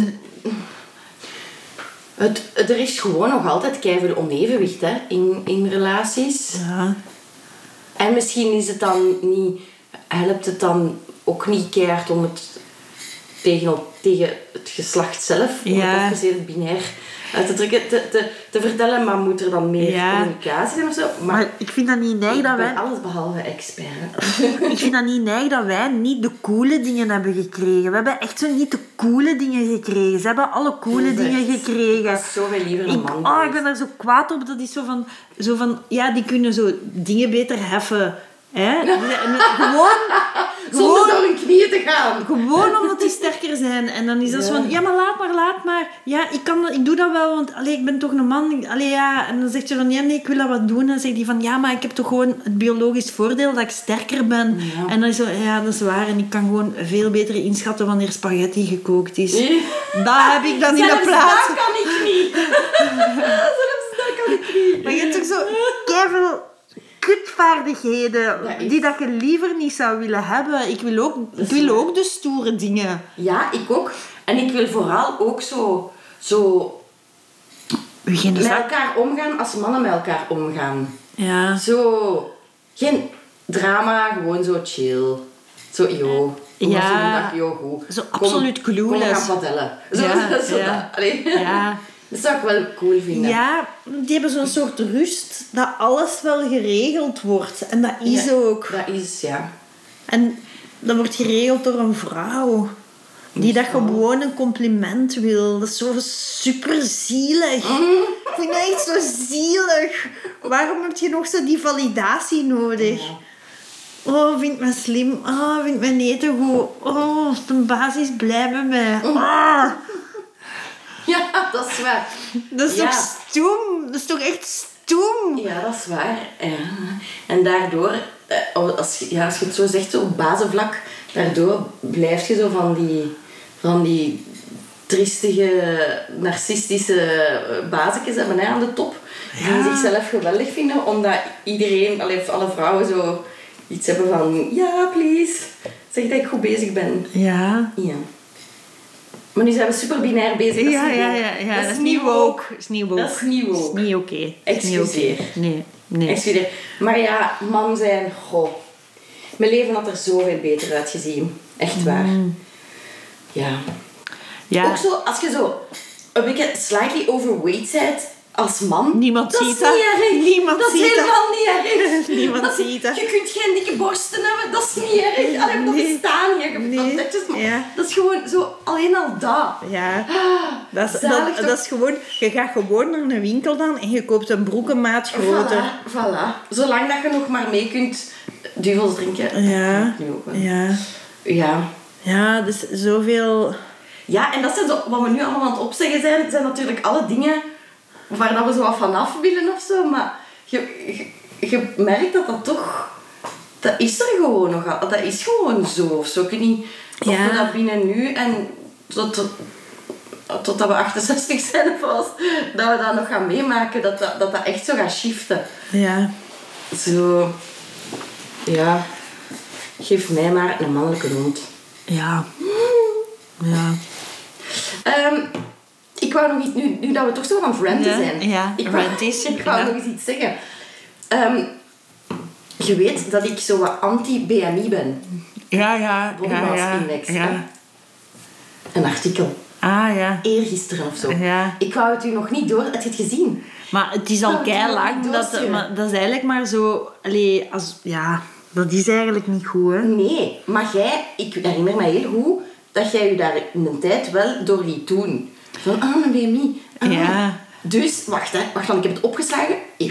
Er is gewoon nog altijd keiveel onevenwicht hè, in relaties. Ja. En misschien is het dan niet... Helpt het dan ook niet keihard om het tegen het geslacht zelf, om het even binair uit te trekken, te vertellen, maar moet er dan meer communicatie zijn of zo? Maar ik vind dat niet neig dat wij... Ik ben alles behalve expert. Ik vind dat niet neig dat wij niet de coole dingen hebben gekregen. We hebben echt zo niet de coole dingen gekregen. Ze hebben alle coole dingen gekregen. Dat is zoveel liever een man. Ik ben daar zo kwaad op. Dat is zo van... Ja, die kunnen zo dingen beter heffen. Hè? Gewoon zonder door hun knieën te gaan. Gewoon omdat die sterker zijn. En dan is dat zo van... Ja, maar laat maar. Ja, ik doe dat wel, want ik ben toch een man. En dan zegt je van... Ja, nee, ik wil dat wat doen. En dan zegt hij van... Ja, maar ik heb toch gewoon het biologisch voordeel dat ik sterker ben. Ja. En dan is zo... Ja, dat is waar. En ik kan gewoon veel beter inschatten wanneer spaghetti gekookt is. Nee. Dat heb ik dan in de plaats. Dat kan ik niet. Dat kan ik niet. Maar je hebt toch zo... Kevin... kutvaardigheden die dat je liever niet zou willen hebben. Ik wil ook de stoere dingen. Ja, ik ook. En ik wil vooral ook zo met elkaar omgaan als mannen met elkaar omgaan. Ja. Zo, geen drama, gewoon zo chill. Zo, joh. Ja. Goed. Zo absoluut clueless. Kom, we gaan padellen. Dat zou ik wel cool vinden. Ja, die hebben zo'n soort rust dat alles wel geregeld wordt. En dat is ook. Dat is, ja. En dat wordt geregeld door een vrouw. Die dat gewoon een compliment wil. Dat is zo super zielig. Ik vind dat echt zo zielig. Waarom heb je nog zo die validatie nodig? Ja. Oh, vindt mij slim. Oh, vindt mij eten goed. Oh, de baas is blij met mij. Oh. Ja, dat is waar. Dat is toch stoem? Dat is toch echt stoem? Ja, dat is waar. Ja. En daardoor, als je het zo zegt, zo op bazenvlak, daardoor blijf je zo van die triestige, narcistische bazetjes hebben aan de top. Die zichzelf geweldig vinden, omdat iedereen, alle vrouwen zo iets hebben van, ja, please, zeg dat ik goed bezig ben. Ja. Maar nu zijn we super binair bezig. Dat is niet woke. Dat is niet oké. Excuseer. Nee. Excuseer. Maar ja, man zijn, goh. Mijn leven had er zoveel beter uitgezien. Echt waar. Ja. Ook zo, als je zo een beetje slightly overweight bent als man. Niemand ziet dat. Dat is helemaal niet erg. Niemand ziet dat. Je kunt geen dikke borsten hebben, dat is niet erg. Alleen dat bestaan niet. Dat is gewoon zo, alleen al dat. Ja. Dat is gewoon, je gaat gewoon naar een winkel dan en je koopt een broek een maat groter. Voilà. Zolang dat je nog maar mee kunt duvels drinken. Ja, dus zoveel... Ja, en dat zijn zo, wat we nu allemaal aan het opzeggen zijn natuurlijk alle dingen waar dat we zo wat vanaf willen of zo, maar je merkt dat toch... Dat is er gewoon nog al. Dat is gewoon zo of zo. Ik weet niet of we dat binnen nu en totdat we 68 zijn of als, dat we dat nog gaan meemaken, dat echt zo gaat shiften. Ja. Zo... Ja. Geef mij maar een mannelijke hond. Ja. Ik wou nog iets... Nu dat we toch zo aan het ranten zijn. Ja, ik wou nog eens iets zeggen. Je weet dat ik zo wat anti-BMI ben. Ja. Bodymassa-index. Ja. Een artikel. Ja. Eergisteren of zo. Ja. Ik wou het u nog niet door... Heb je het gezien? Maar het is al keilang. Dat is eigenlijk maar zo... dat is eigenlijk niet goed, hè? Nee, maar ik herinner me heel goed dat jij je daar in de tijd wel door liet doen. Van, een BMI. Ja. Dus, wacht dan, ik heb het opgeslagen. Hier.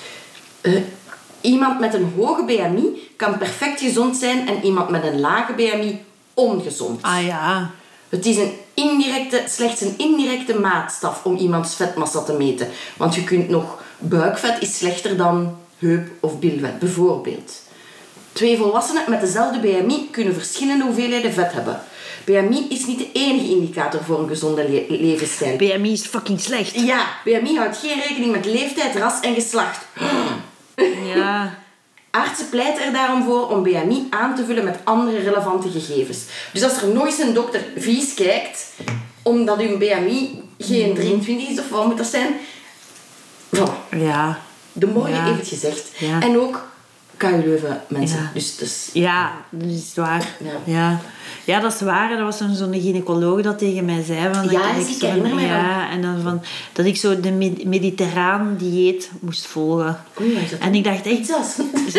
Iemand met een hoge BMI kan perfect gezond zijn en iemand met een lage BMI ongezond. Ja. Het is slechts een indirecte maatstaf om iemands vetmassa te meten. Want je kunt nog... Buikvet is slechter dan heup- of bilvet, bijvoorbeeld. 2 volwassenen met dezelfde BMI kunnen verschillende hoeveelheden vet hebben. BMI is niet de enige indicator voor een gezonde levensstijl. BMI is fucking slecht. Ja, BMI houdt geen rekening met leeftijd, ras en geslacht. Ja. Artsen pleiten er daarom voor om BMI aan te vullen met andere relevante gegevens. Dus als er nog eens een dokter vies kijkt, omdat uw BMI geen 23 is of wat moet dat zijn? Voilà. Ja. De morgen heeft het gezegd. Ja. En ook KU Leuven mensen. Ja. Dus Ja, dat is waar. Ja. Ja, dat is waar. Dat was zo'n gynaecoloog dat tegen mij zei. Van, Ja, dat ik herinner me ja, en dan van, dat ik zo de mediterraan dieet moest volgen. Oei, wat is dat? En ik dacht echt... Pizza's.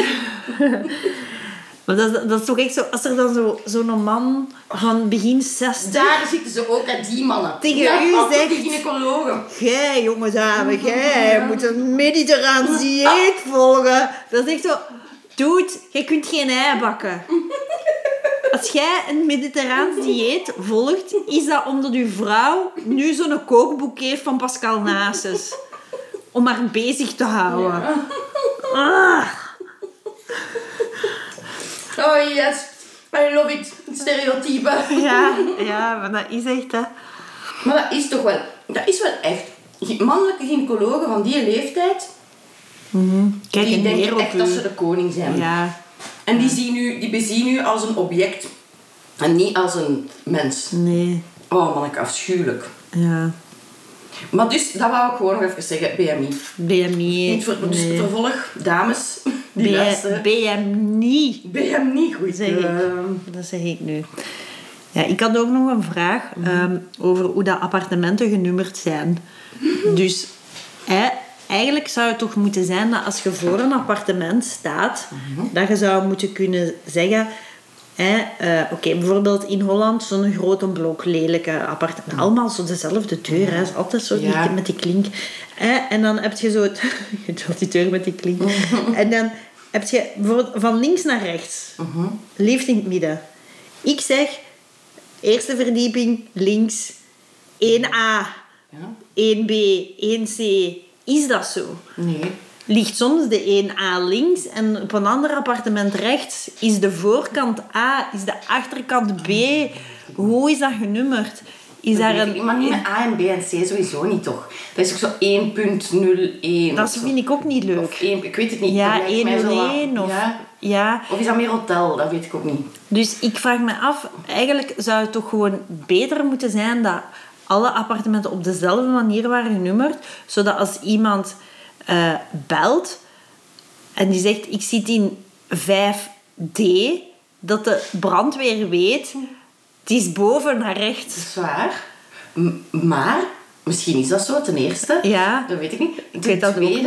Maar dat is toch echt zo... Als er dan zo'n man van begin 60... Daar zitten ze ook, hè, die mannen. Tegen u altijd zegt- die gynaecologen. Jij, jonge dame, jij moet een mediterraan dieet volgen. Dat is echt zo... Dude, jij kunt geen ei bakken. Als jij een mediterraans dieet volgt, is dat omdat uw vrouw nu zo'n kookboek heeft van Pascal Nasus. Om haar bezig te houden. Ah. Oh yes, I love it. Stereotypen. Ja, maar dat is echt, hè. Maar dat is toch wel... Dat is wel echt... Mannelijke gynaecologen van die leeftijd... Kijk, die en meer denken op echt dat u. ze de koning zijn. Ja, En die bezien u als een object. En niet als een mens. nee, Oh man, ik afschuwelijk. ja. Maar dus, dat wou ik gewoon nog even zeggen. BMI. BMI, Niet voor, dus nee. vervolg, dames die luisteren. BMI, BMI, goed. zeg ik. Dat zeg ik nu. Ja, ik had ook nog een vraag over hoe dat appartementen genummerd zijn. Dus eigenlijk zou het toch moeten zijn dat als je voor een appartement staat, dat je zou moeten kunnen zeggen... Oké, bijvoorbeeld in Holland zo'n grote blok lelijke appartement. Allemaal zo dezelfde deur. Hè. Is altijd zo met die klink. En dan heb je zo... die deur met die klink. En dan heb je van links naar rechts. Liefst in het midden. Ik zeg... Eerste verdieping, links. 1A. 1B. 1C. Is dat zo? Nee. Ligt soms de 1A links en op een ander appartement rechts is de voorkant A, is de achterkant B. Hoe is dat genummerd? Is daar een... Maar niet met A en B en C sowieso niet, toch? Dat is ook zo 1.01. Dat vind ik ook niet leuk. Of 1, ik weet het niet. Ja, Dat lijkt mij zo 101 wat- of... Ja. Ja. Of is dat meer hotel? Dat weet ik ook niet. Dus ik vraag me af, eigenlijk zou het toch gewoon beter moeten zijn dat alle appartementen op dezelfde manier waren genummerd, zodat als iemand belt en die zegt ik zit in 5D, dat de brandweer weet het is boven naar rechts. Dat is waar. Maar, misschien is dat zo, ten eerste. Ja. Dat weet ik niet. Ik weet dat ook niet.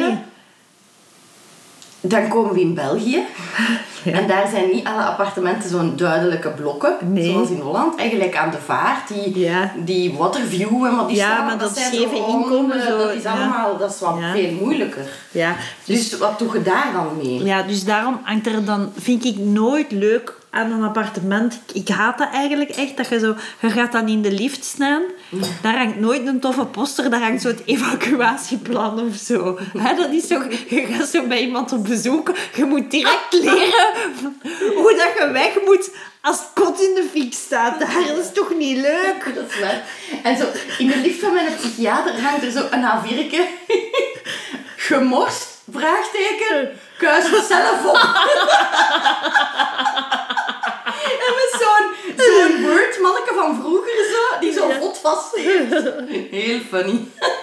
Dan komen we in België. Ja. En daar zijn niet alle appartementen zo'n duidelijke blokken. Nee. Zoals in Holland. Eigenlijk aan de vaart. Ja. Die Waterview en wat die Ja, staan. maar dat zijn scheve zo inkomen zo, Dat is ja. allemaal... Dat is wat Ja. veel moeilijker. Ja, Dus wat doe je daar dan mee? ja, dus daarom hangt er dan, vind ik nooit leuk aan een appartement. Ik haat dat eigenlijk echt. Dat je gaat dan in de lift staan. Daar hangt nooit een toffe poster. Daar hangt zo het evacuatieplan of zo. Hè, dat is toch, je gaat zo bij iemand op bezoek. Je moet direct leren hoe dat je weg moet als het kot in de fik staat. Daar, dat is toch niet leuk? Dat is waar. En zo, in de lift van mijn psychiater hangt er zo een A4'tje. Gemorst? Vraagteken. Kuis het zelf op. En met zo'n Word-manneke van vroeger zo, die zo vod vast heeft. Heel funny.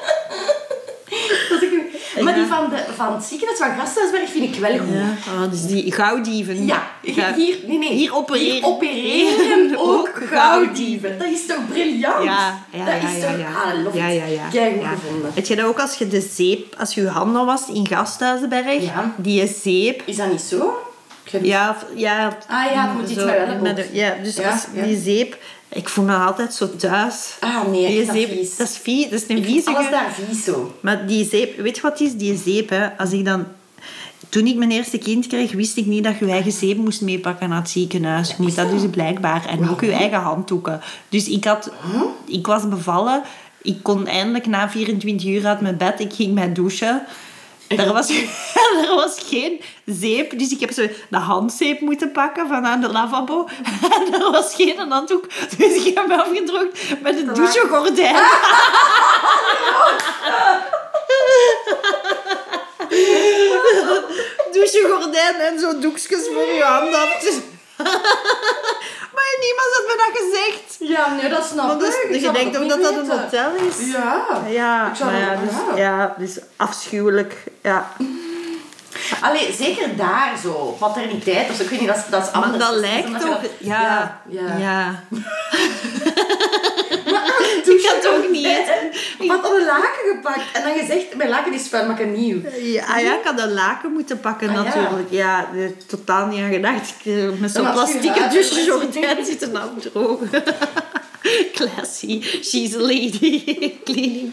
Maar die van het ziekenhuis van Gasthuisberg vind ik wel goed. Ja, dus die gauwdieven. Ja, hier opereren ook ook gauwdieven. Dat is toch briljant? Ja, dat is toch... Ah, love it. Keigoed gevonden. Weet je dat ook als je de zeep, als je handen wast in Gasthuisberg, Ja. die zeep... Is dat niet zo? Ja, Ah ja, het moet iets met elleboog. Ja, dus Ja, als ja. die zeep... Ik voel me altijd zo thuis. Ah nee, ik Die vind dat zeep, vies. dat is vies. Dat is een Ik vind vieze alles geur. daar vies zo. Maar die zeep... Weet je wat het is? Die zeep, hè. Als ik dan... Toen ik mijn eerste kind kreeg, wist ik niet dat je eigen zeep moest meepakken naar het ziekenhuis. Je moet dat dus blijkbaar. En ook je eigen handdoeken. Dus ik was bevallen. Ik kon eindelijk na 24 uur uit mijn bed. Ik ging mij douchen. Er was geen zeep, dus ik heb zo de handzeep moeten pakken van aan de lavabo. En er was geen handdoek, dus ik heb me afgedroogd met een douchegordijn. Douchegordijn en zo doekjes voor je handen. Maar niemand had me dat gezegd. Ja, nee, dat snap ik. Je denkt ook dat dat een hotel is. Ja. Ik zou dus afschuwelijk. Ja. Allee, zeker daar zo. Paterniteit of zo. Ik weet niet, dat is anders. Maar dat lijkt ook... Ja. Ik kan het ook niet eten. Ik had al een laken gepakt. En dan gezegd, mijn laken is vuil, maak een nieuw. Ja, ik had een laken moeten pakken natuurlijk. Ja, er totaal niet aan gedacht. Met zo'n Dan had je plastieke haar douchegordijn zitten afdrogen. Classy. She's a lady. Cleaning.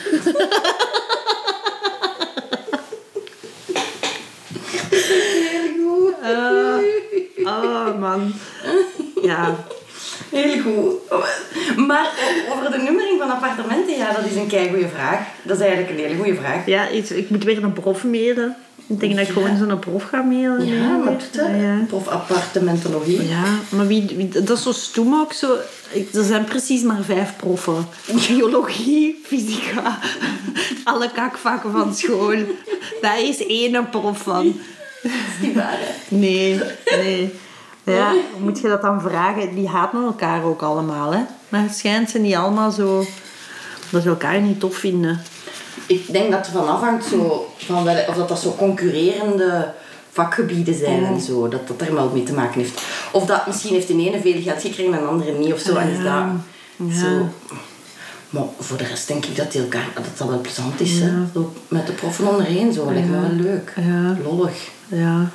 Heel goed. Oh, man. Ja. Heel goed. Maar over de nummering van appartementen, ja, dat is een keigoeie vraag. Dat is eigenlijk een hele goede vraag. Ja, ik moet weer een prof mailen. Ik denk dat ik gewoon zo'n prof ga mailen. Ja, wat doet dat? Ja. Prof appartementologie. Ja, maar dat is zo stoem ook zo. Er zijn precies maar 5 proffen. Biologie, fysica, alle kakvakken van school. Daar is 1 prof van. Dat is niet waar, hè? Nee. Ja, moet je dat dan vragen? Die haten elkaar ook allemaal, hè. Maar het schijnt ze niet allemaal zo... Dat ze elkaar niet tof vinden. Ik denk dat het ervan afhangt zo, van of dat zo concurrerende vakgebieden zijn en zo. Dat er wel mee te maken heeft. Of dat misschien heeft de ene veel geld gekregen en de andere niet of zo. En is dat zo... Maar voor de rest denk ik dat dat wel plezant is. Hè? Zo met de proffen onderheen, zo. Lijkt me wel leuk. Ja. Lollig. Ja.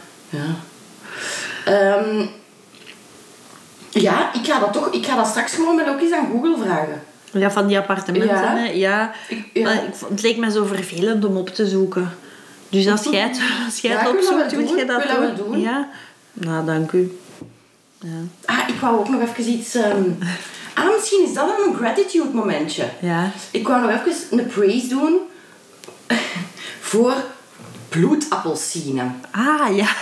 Ik ga dat straks gewoon met ook eens aan Google vragen. Ja, van die appartementen. Ja. Hè? Ja. Maar het leek me zo vervelend om op te zoeken. Dus als jij het opzoekt, wil je dat doen? Ja. Nou, dank u. Ja. Ik wou ook nog even iets... misschien is dat wel een gratitude momentje. Ja. Ik wou nog even een praise doen voor bloedappelsine. Ah, ja.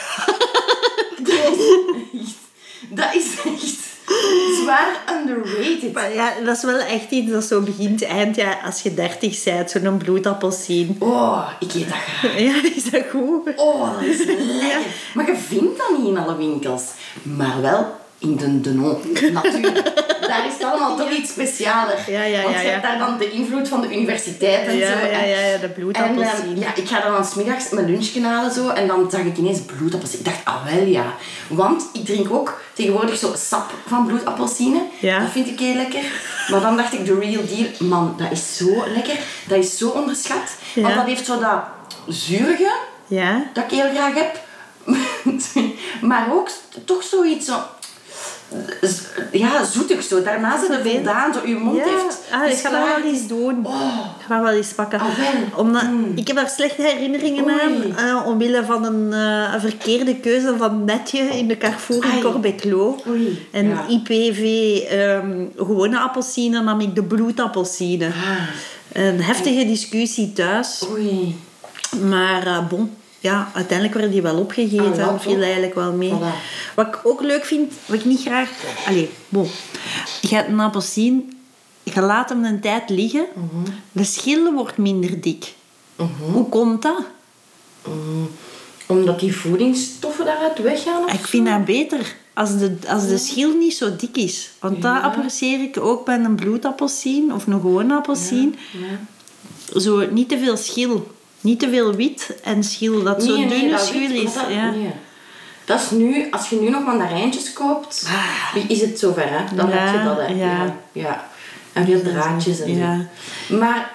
Dat is echt zwaar underrated. Maar ja, dat is wel echt iets dat zo begint eind jaar als je 30 bent, zo'n bloedappelsien. Oh, ik eet dat graag. Ja, is dat goed? Oh, dat is lekker. Maar je vindt dat niet in alle winkels. Maar wel in de Denon, natuurlijk. Daar is het allemaal toch iets specialer. Ja. Want je hebt daar dan de invloed van de universiteit en zo. Ja, de bloedappelsien. En ik ga dan 's middags mijn lunch halen zo, en dan zag ik ineens bloedappelsien. Ik dacht, wel ja. Want ik drink ook tegenwoordig zo sap van bloedappelsine. Ja. Dat vind ik heel lekker. Maar dan dacht ik, de real deal, man, dat is zo lekker. Dat is zo onderschat. Ja. Want dat heeft zo dat zurige, dat ik heel graag heb. Maar ook toch zoiets zo... Ja, zoetig zo. Daarna zit het voldaan. Zo, je mond heeft... Ik ga dat wel eens doen. Ik ga dat wel eens pakken. Omdat, ik heb daar slechte herinneringen aan. Omwille van een verkeerde keuze van Netje in de Carrefour in Corbeclo. En IPV gewone appelsine, nam ik de bloedappelsine. Een heftige discussie thuis. Maar bon... Ja, uiteindelijk werden die wel opgegeten. Dat viel eigenlijk wel mee. Voilà. Wat ik ook leuk vind, wat ik niet graag... Je hebt een appelsien, je laat hem een tijd liggen. De schil wordt minder dik. Hoe komt dat? Omdat die voedingsstoffen daaruit weggaan? Ik vind dat beter als de schil niet zo dik is. Want dat apprecieer ik ook bij een bloedappelsien of een gewone appelsien. Zo niet te veel schil. Niet te veel wit en schil, dat zo'n dunne schil is. Dat is nu, als je nu nog mandarijntjes koopt, is het zover, hè? Dan heb je dat, hè? Ja. En veel draadjes en zo. Maar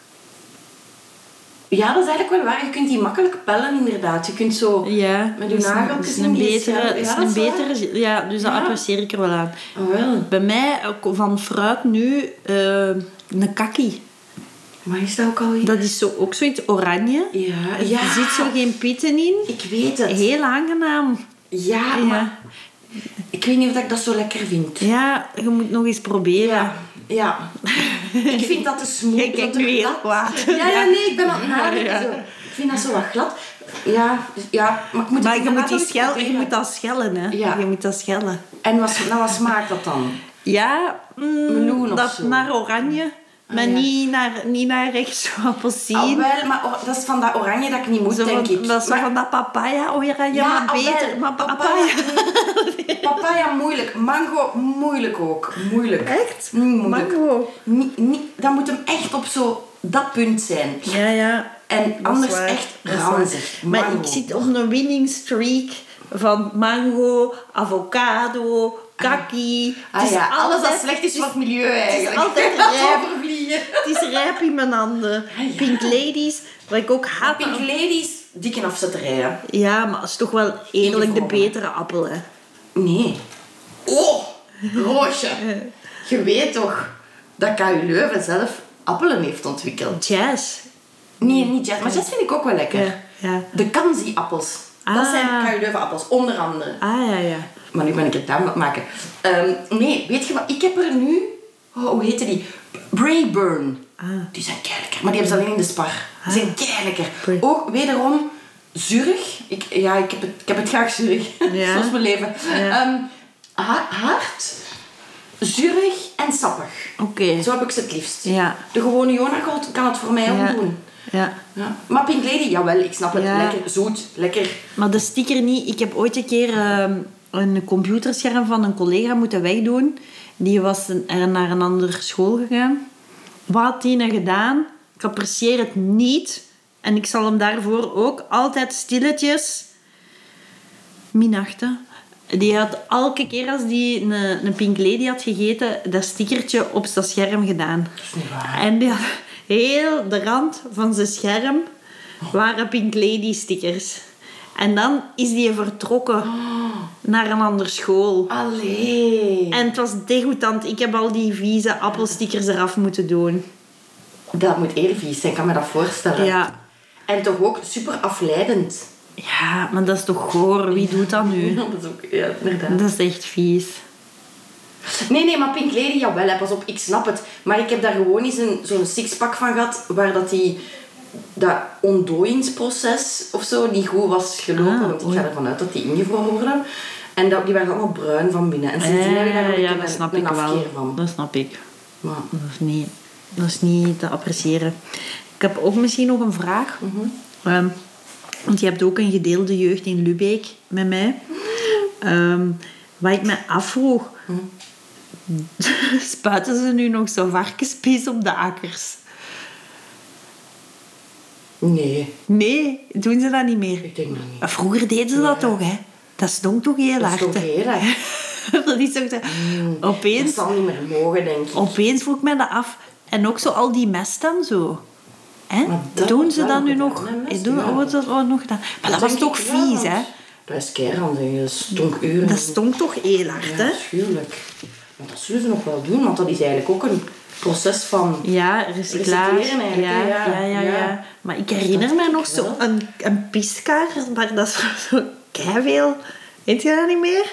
ja, dat is eigenlijk wel waar. Je kunt die makkelijk pellen, inderdaad. Je kunt zo met je nageltjes in die schel. Dus dat apprecieer ik er wel aan. Wel. Bij mij, van fruit nu, een kakkie. Maar is dat ook alweer? Dat is ook zoiets oranje. Er zit zo geen pitten in. Ik weet het. Heel aangenaam. Ja, maar ik weet niet of ik dat zo lekker vind. Ja, je moet nog eens proberen. Ja. Ik vind dat te smooth. Jij kijkt nu heel kwaad. Nee, ik ben aan het nadenken. vind dat zo wat glad. Ja, maar ik moet Maar het je moet, inderdaad eens proberen. je moet dat schellen, hè. Ja. Je moet dat schellen. En wat smaakt dat dan? Ja, Meloen of dat zo? naar oranje. Maar ja. niet naar echt zo appelsien. Wel, maar dat is van dat oranje dat ik niet moet, Zo denk van, ik. dat is zo Maar- van dat papaya oranje, Ja, maar beter. wel. Maar Papaya. Papaya moeilijk. Mango moeilijk ook. Moeilijk. Echt? Moeilijk. Mango. Dat moet hem echt op zo dat punt zijn. Ja. En Dat is anders waar. echt Dat is waar. ranzig. Maar Mango. ik zit op een winning streak van mango, avocado, kaki. Ah ja, alles dat altijd- slecht is voor het milieu eigenlijk. Het is altijd Dat rijp. overvliegen. Het is rijp in mijn handen. ja. Pink Ladies, wat ik ook haat. Pink Ladies, dikke afzetterijen. Ja, maar het is toch wel eerlijk de Ingevroren. betere appel, hè. Nee. Oh, Roosje. Je weet toch dat KU Leuven zelf appelen heeft ontwikkeld? Jazz. Nee, niet jazz. Maar jazz vind ik ook wel lekker. Ja. De Kanzi-appels. Dat Ah. zijn KU Leuven-appels, onder andere. Ah, ja. Maar nu ben ik het aan het maken. Nee, weet je wat? Ik heb er nu... Oh, hoe heette die? Braeburn. Ah. Die zijn keilekker. Maar die hebben ze alleen in de Spar. Die zijn keilekker. Bra- Ook wederom zurig. Ik heb het graag zurig. Ja. Zoals mijn leven. Ja. Hard, zurig en sappig. Oké. Zo heb ik ze het liefst. Ja. De gewone Jonagold kan het voor mij ook Ja. doen. Ja. Ja. Maar Pink Lady, jawel, ik snap het. Ja. Lekker zoet, lekker. Maar de sticker niet. Ik heb ooit een keer een computerscherm van een collega moeten wegdoen. Die was naar een andere school gegaan. Wat had die nou gedaan? Ik apprecieer het niet. En ik zal hem daarvoor ook altijd stilletjes minachten. Die had elke keer als die een Pink Lady had gegeten, dat stickertje op zijn scherm gedaan. Dat is niet waar. En die had heel de rand van zijn scherm waren Pink Lady stickers. En dan is die vertrokken naar een andere school. Allee. En het was degoutant. Ik heb al die vieze appelstickers eraf moeten doen. Dat moet heel vies zijn, ik kan me dat voorstellen. Ja. En toch ook super afleidend. Ja, maar dat is toch goor. Wie doet dat nu? Dat is ook, ja, inderdaad. Dat is echt vies. Nee, maar Pink Lady, jawel, hè, pas op, ik snap het. Maar ik heb daar gewoon eens zo'n sixpack van gehad, waar dat ontdooiingsproces of zo niet goed was gelopen. Want ik ga ervan uit dat die ingevroren worden. En die waren allemaal bruin van binnen. En sindsdien heb ik daar Ja, ook dat snap een ik afkeer wel. van. Dat snap ik. Maar, Dat is niet te appreciëren. Ik heb ook misschien nog een vraag. Want je hebt ook een gedeelde jeugd in Lübeck met mij. Wat ik me afvroeg... Spuiten ze nu nog zo varkenspies op de akkers? nee, Nee, doen ze dat niet meer. ik denk dat niet. Maar vroeger deden ze dat toch, hè? Dat stonk toch heel Dat is hard, toch hè? heel erg. Dat is ook zo... Dat Opeens, zal niet meer mogen, denk ik. opeens vroeg ik me dat af. En ook zo al die mest dan zo. Hè? Maar dat Doen wordt ze wel dat nu gedaan, nog? hè, mest, Doen, ja. wordt dat ook nog gedaan? Maar dat was denk toch ik, ja, vies, want hè? Dat is keirandig, dat stonk uren. Dat stonk toch heel hard, Ja, hè? schuwelijk. Maar dat zullen ze nog wel doen, want dat is eigenlijk ook een proces van... Ja, recyclage. Recycleren eigenlijk, Ja, hè, ja. ja. Maar ik herinner Dat me denk nog ik zo wel. een piskar, maar dat is zo keiveel. Weet je dat niet meer?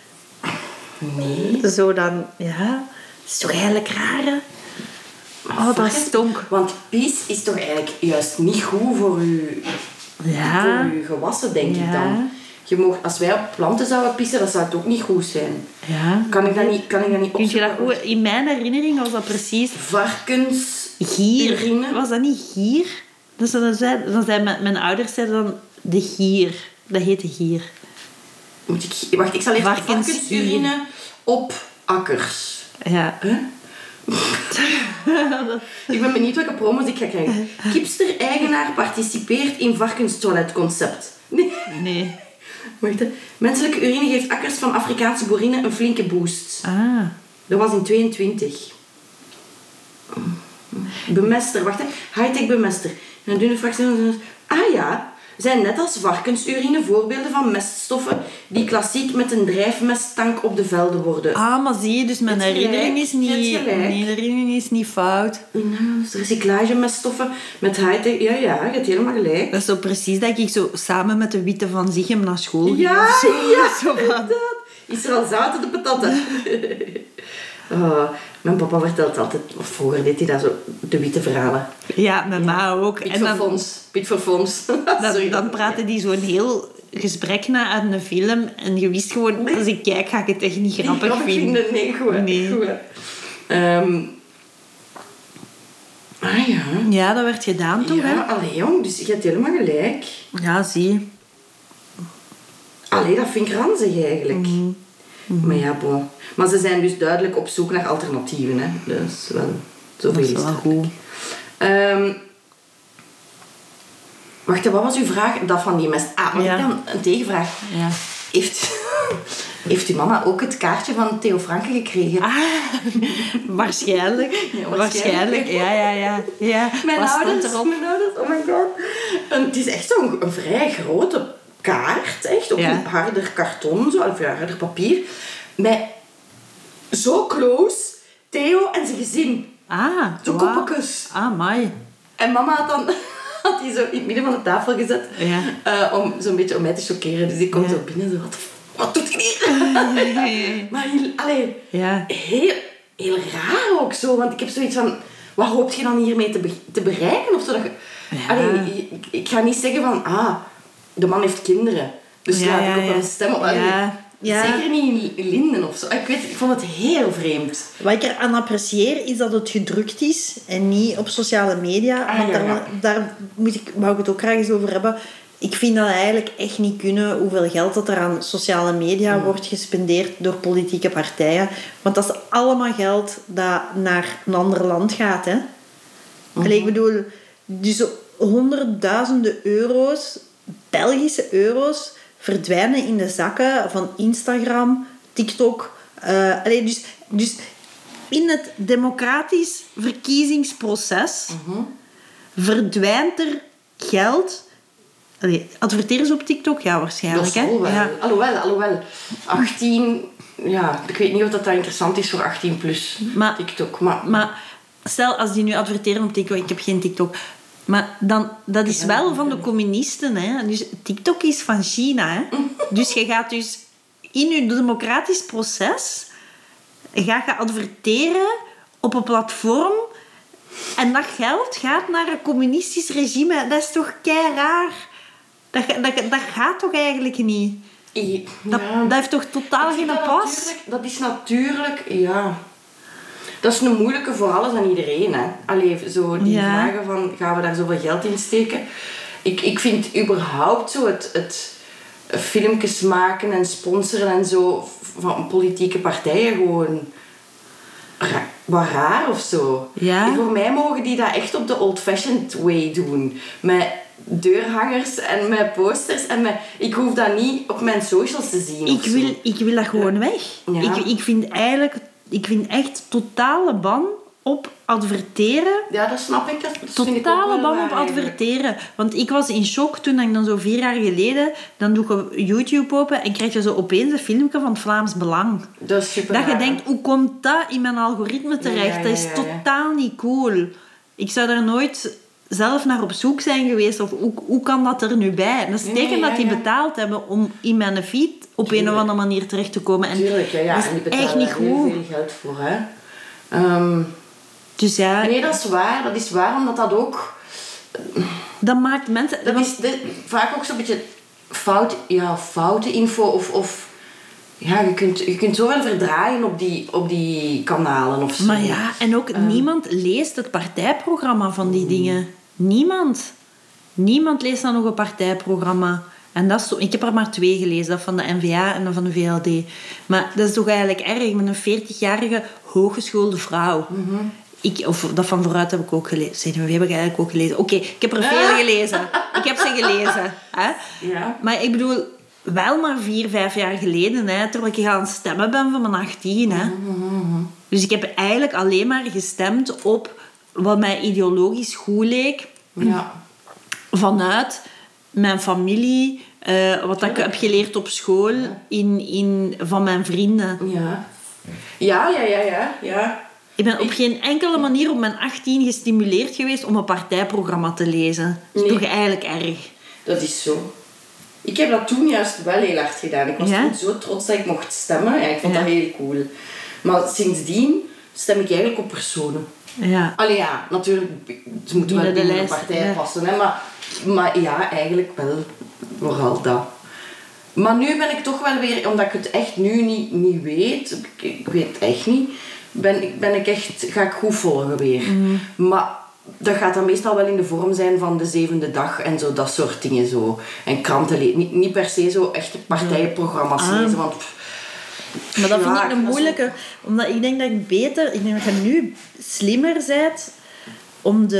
Nee. Zo dan, ja. Dat is toch eigenlijk raar, hè? Oh, dat stonk. Want pies is toch eigenlijk juist niet goed voor je, Ja. voor je gewassen, denk ik Ja. dan. Als wij op planten zouden pissen, dat zou het ook niet goed zijn. Ja. Kan ik dat niet Kun je dat opzoeken? goed... In mijn herinnering was dat precies... Varkens... Gier. urine? Was dat niet gier? Dus dan zei mijn ouders zeiden dan de gier. Dat heette gier. Wacht, ik zal even Varkensurine. varkensurine op akkers. Ja. Huh? Ik ben benieuwd welke promos ik ga krijgen. Kipster-eigenaar participeert in varkenstoiletconcept. Nee. Nee. Wacht, hè. Menselijke urine geeft akkers van Afrikaanse boerinnen een flinke boost. Ah. Dat was in 22. Bemester, wacht hè. High-tech bemester. Een dunne fractie. Ah ja. Zijn net als varkensurine voorbeelden van meststoffen die klassiek met een drijfmesttank op de velden worden. Ah, maar zie je, dus mijn Je hebt herinnering is gelijk, je niet... hebt gelijk. Mijn herinnering is niet fout. Recyclagemeststoffen met high-tech. Ja, je hebt helemaal gelijk. Dat is zo precies dat ik zo samen met de Witte van Zichem naar school ging. Ja, Zo ja, van- inderdaad. Is er al zout op de patatten? Mijn papa vertelt altijd, of vroeger deed hij dat zo, de witte verhalen. Ja, met ma ook. Piet voor Fons. Dan praatte die zo'n heel gesprek na uit een film en je wist gewoon, als ik kijk ga ik het echt niet grappig vinden. Nee, gewoon. Nee. Ja. Ja, dat werd gedaan toch, hè? Ja, allee jong, dus je hebt helemaal gelijk. Ja, zie. Allee, dat vind ik ranzig eigenlijk. Maar ja, bon. Maar ze zijn dus duidelijk op zoek naar alternatieven, hè. Dus wel, zoveel Dat is wel goed. Wacht, wat was uw vraag? Dat van die mest. Maar ik dan een tegenvraag. Ja. Heeft uw mama ook het kaartje van Theo Franke gekregen? Waarschijnlijk. Ja, waarschijnlijk. Ja. Mijn Wat ouders, stond erop? oh my god. Het is echt zo'n een vrij grote kaart, echt. Op een harder karton, zo, of harder papier. Met zo close Theo en zijn gezin. Zo koppeltjes. Amai. En mama had die zo in het midden van de tafel gezet. Ja. Om zo'n beetje om mij te chockeren. Dus ik kom zo binnen zo, wat doet hij hier? Maar heel raar ook zo. Want ik heb zoiets van, wat hoop je dan hiermee te bereiken? Of zo, dat je, ik ga niet zeggen van, de man heeft kinderen. Dus laat ik op een stem op. Zeker niet in Linden of zo. Ik vond het heel vreemd. Wat ik eraan apprecieer is dat het gedrukt is en niet op sociale media. Want daar wou ik het ook graag eens over hebben. Ik vind dat eigenlijk echt niet kunnen hoeveel geld dat er aan sociale media wordt gespendeerd door politieke partijen. Want dat is allemaal geld dat naar een ander land gaat. Hè? Allee, ik bedoel, dus honderdduizenden euro's, Belgische euro's, verdwijnen in de zakken van Instagram, TikTok. Dus in het democratisch verkiezingsproces verdwijnt er geld. Adverteren ze op TikTok? Ja, waarschijnlijk. Dat zal wel. Ja. Alhoewel. 18... Ja, ik weet niet of dat interessant is voor 18 plus TikTok. Maar stel, als die nu adverteren op TikTok... Ik heb geen TikTok. Maar dan, dat is wel van de communisten. Hè? Dus TikTok is van China. Hè? Dus je gaat dus in je democratisch proces... Ga je adverteren op een platform... En dat geld gaat naar een communistisch regime. Dat is toch kei raar? Dat gaat toch eigenlijk niet? Dat heeft toch totaal geen pas? Dat is natuurlijk... Ja... Dat is een moeilijke voor alles en iedereen. Hè. Allee, zo die vragen van... Gaan we daar zoveel geld in steken? Ik vind überhaupt zo het filmpjes maken en sponsoren en zo... Van politieke partijen gewoon... Wat raar of zo. Ja. En voor mij mogen die dat echt op de old-fashioned way doen. Met deurhangers en met posters. Ik hoef dat niet op mijn socials te zien. Ik wil dat gewoon weg. Ja. Ik vind echt totale ban op adverteren. Ja, dat snap ik. Totale ban op adverteren. Want ik was in shock toen ik dan zo 4 jaar geleden... Dan doe je YouTube open en krijg je zo opeens een filmpje van het Vlaams Belang. Dat is super dat raar. Je denkt, hoe komt dat in mijn algoritme terecht? Dat is totaal niet cool. Ik zou daar nooit zelf naar op zoek zijn geweest. Of hoe kan dat er nu bij? Dat is teken dat die betaald hebben om in mijn feed op een of andere manier terecht te komen. En tuurlijk, ja. dat is en die betalen echt niet daar heel goed. veel geld voor, hè. Dus ja... Nee, dat is waar. Dat is waar, omdat dat ook... Dat maakt mensen... Dat is vaak ook zo'n beetje foute info of ja, je kunt zoveel verdraaien op die kanalen of zo. Maar ja, en ook niemand leest het partijprogramma van die dingen. Niemand leest dan nog een partijprogramma. En dat is ik heb er maar 2 gelezen, dat van de N-VA en dat van de VLD. Maar dat is toch eigenlijk erg. Ik ben een 40-jarige hooggeschoolde vrouw. Of dat van Vooruit heb ik ook gelezen. Die heb ik eigenlijk ook gelezen. Oké, ik heb er veel gelezen. Ik heb ze gelezen. Hè? Ja. Maar ik bedoel, wel maar 4-5 jaar geleden. Hè, terwijl ik gaan stemmen ben van mijn 18. Hè. Dus ik heb eigenlijk alleen maar gestemd op wat mij ideologisch goed leek. Ja. Vanuit mijn familie, wat ik heb geleerd op school, van mijn vrienden. Ja. Ik ben op geen enkele manier op mijn 18 gestimuleerd geweest om een partijprogramma te lezen. Dat is toch eigenlijk erg. Dat is zo. Ik heb dat toen juist wel heel hard gedaan. Ik was toen zo trots dat ik mocht stemmen. Ja, ik vond dat heel cool. Maar sindsdien stem ik eigenlijk op personen. Ja. Allee ja, natuurlijk, ze moeten wel Binnen de binnen de lijst, partij ja. passen. Hè, maar ja, eigenlijk wel. Vooral dat. Maar nu ben ik toch wel weer, omdat ik het echt nu niet weet, ik weet het echt niet, ga ik goed volgen weer. Maar dat gaat dan meestal wel in de vorm zijn van de 7e dag en zo, dat soort dingen zo. En kranten lezen. Niet per se zo echte partijprogramma's lezen, want... Maar dat vind ja, ik een moeilijke, omdat ik denk dat je nu slimmer bent om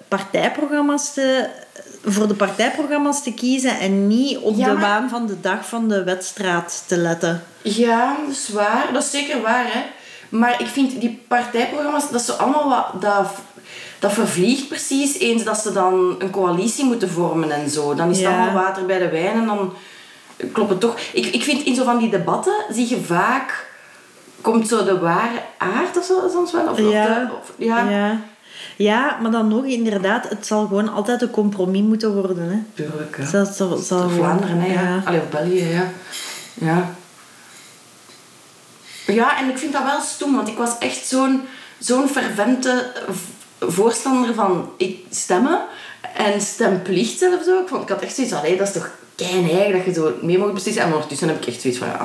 voor de partijprogramma's te kiezen en niet op de waan van de dag van de wedstrijd te letten. Ja, dat is waar. Dat is zeker waar, hè. Maar ik vind die partijprogramma's, dat is zo allemaal wat... Dat vervliegt precies eens dat ze dan een coalitie moeten vormen en zo. Dan is het allemaal water bij de wijn en dan klopt het toch. Ik vind in zo van die debatten zie je vaak... Komt zo de ware aard of zo soms wel? Ja, maar dan nog inderdaad, het zal gewoon altijd een compromis moeten worden. Hè. Tuurlijk, hè. Zal Vlaanderen, hè. Ja. Allee, of België, ja. Ja. Ja, en ik vind dat wel stoem, want ik was echt zo'n fervente voorstander van stemmen en stemplicht zelf zo. Ik had echt zoiets van, dat is toch keineig dat je zo mee mag beslissen. En ondertussen heb ik echt zoiets van,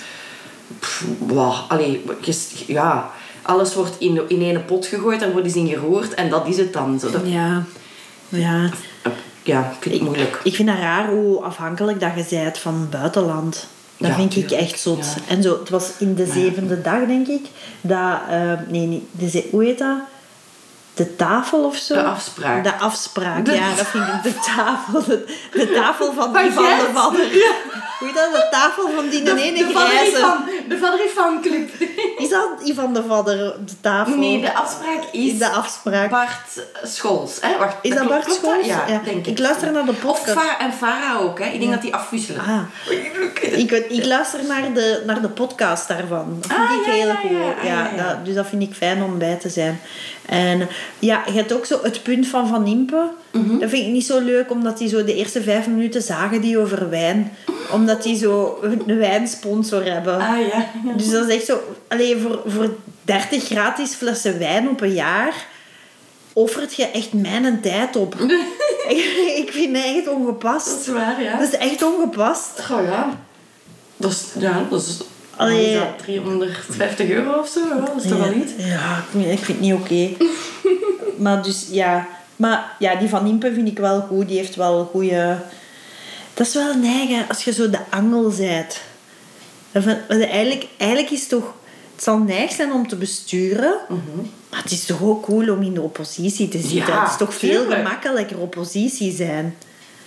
alles wordt in één pot gegooid, daar wordt iets in geroerd en dat is het dan. Zo, Ja. Ja, ik vind het moeilijk. Ik vind het raar hoe afhankelijk dat je bent van het buitenland. Dat vind ik echt zot. Ja. En zo, het was in de 7e dag, denk ik, dat... hoe heet dat? De tafel of zo? De afspraak. De afspraak, ja, dat vind ik de tafel. De tafel van die van de vadder. Ja. Hoe heet dat? De tafel van die ene grijze. De vader van Club. Is dat Ivan de Vadder, de tafel? Nee, de afspraak is... De afspraak. Bart Schols. Hè? Wacht, Is dat Bart klopt Schols? Ja, denk ik. Ik luister naar de podcast. En Farah ook, hè. Ik denk dat die afwisselen. Ah. Ik luister naar de podcast daarvan. Dat vind ik heel goed. Dus dat vind ik fijn om bij te zijn. En ja, je hebt ook zo het punt van Impe. Dat vind ik niet zo leuk, omdat die zo de eerste 5 minuten zagen die over wijn. Omdat die zo een wijnsponsor hebben. Ja. Dus dat is echt zo... voor 30 gratis flessen wijn op een jaar offert je echt mijn tijd op. Ik vind het echt ongepast. Dat is waar, ja. Dat is echt ongepast. Oh ja. Dat is... Allee. Is dat 350 euro of zo? Ja, dat is toch wel iets? Ja, ik vind het niet oké. Maar dus, ja... Maar ja, die van Impe vind ik wel goed. Die heeft wel goede... Dat is wel een eigen als je zo de angel bent. Eigenlijk is het toch... Het zal neig zijn om te besturen. Maar het is toch ook cool om in de oppositie te zitten. Ja, het is toch veel gemakkelijker oppositie zijn.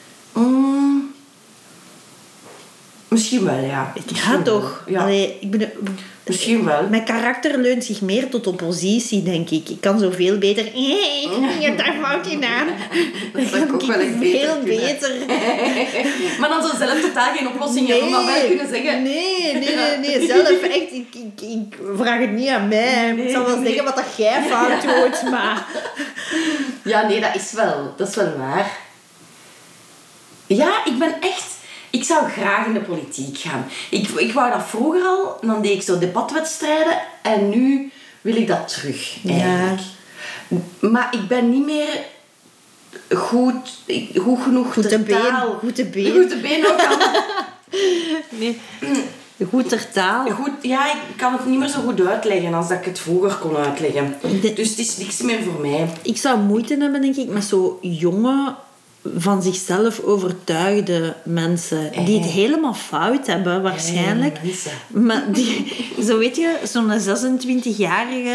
Misschien wel, ja. Ja, toch? Ja. Misschien wel. Mijn karakter leunt zich meer tot oppositie, denk ik. Ik kan zoveel beter... je hebt daar foutje aan. Dat zou ik ook wel eens beter. Maar dan zo zelf totaal geen oplossing hebben, maar wel kunnen zeggen... Nee. Zelf echt... Ik vraag het niet aan mij. Ik zal wel zeggen wat dat jij fout doet, maar... Ja, nee, dat is wel waar. Ja, ik ben echt... Ik zou graag in de politiek gaan. Ik wou dat vroeger al, dan deed ik zo debatwedstrijden en nu wil ik dat terug, eigenlijk. Ja. Maar ik ben niet meer goed genoeg goed ter taal. Goed te been. Goed te been ook al. Nee. Goed ter taal. Ik kan het niet meer zo goed uitleggen als dat ik het vroeger kon uitleggen. Dus het is niks meer voor mij. Ik zou moeite hebben, denk ik, met zo jonge... van zichzelf overtuigde mensen die het helemaal fout hebben waarschijnlijk, maar die, zo weet je, zo'n 26-jarige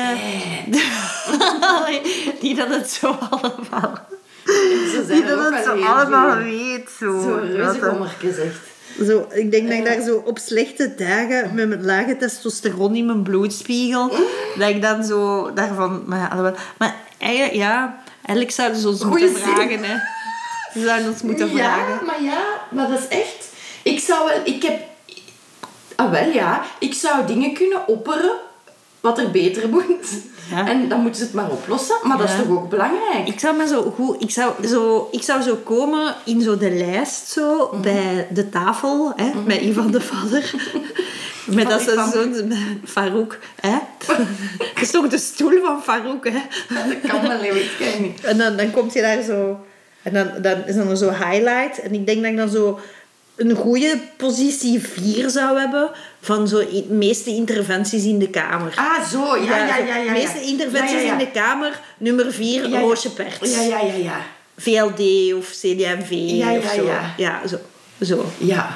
die dat het zo allemaal die dat het zo allemaal weet zo reuzekommertje zegt. Zo, ik denk dat ik daar zo op slechte dagen met mijn lage testosteron in mijn bloedspiegel dat ik dan zo daarvan maar eigenlijk zouden ze ons moeten vragen, hè. Ze zouden ons moeten vragen. Maar dat is echt... Ik zou dingen kunnen opperen wat er beter moet. Ja. En dan moeten ze het maar oplossen. Maar dat is toch ook belangrijk? Ik zou zo komen in zo de lijst zo, bij de tafel, hè, met Ivan de Vader. Met dat ze zo'n Farouk, hè. Dat is toch de stoel van Farouk, hè. Dat kan wel, weet ik niet. En dan komt je daar zo... En dan is er zo highlight. En ik denk dat ik dan zo een goede positie 4 zou hebben van zo de meeste interventies in de Kamer. Ah, zo. Ja. De meeste interventies in de Kamer, nummer 4, Roosje Perts. Ja. VLD of CD&V of zo. Ja, zo. Ja.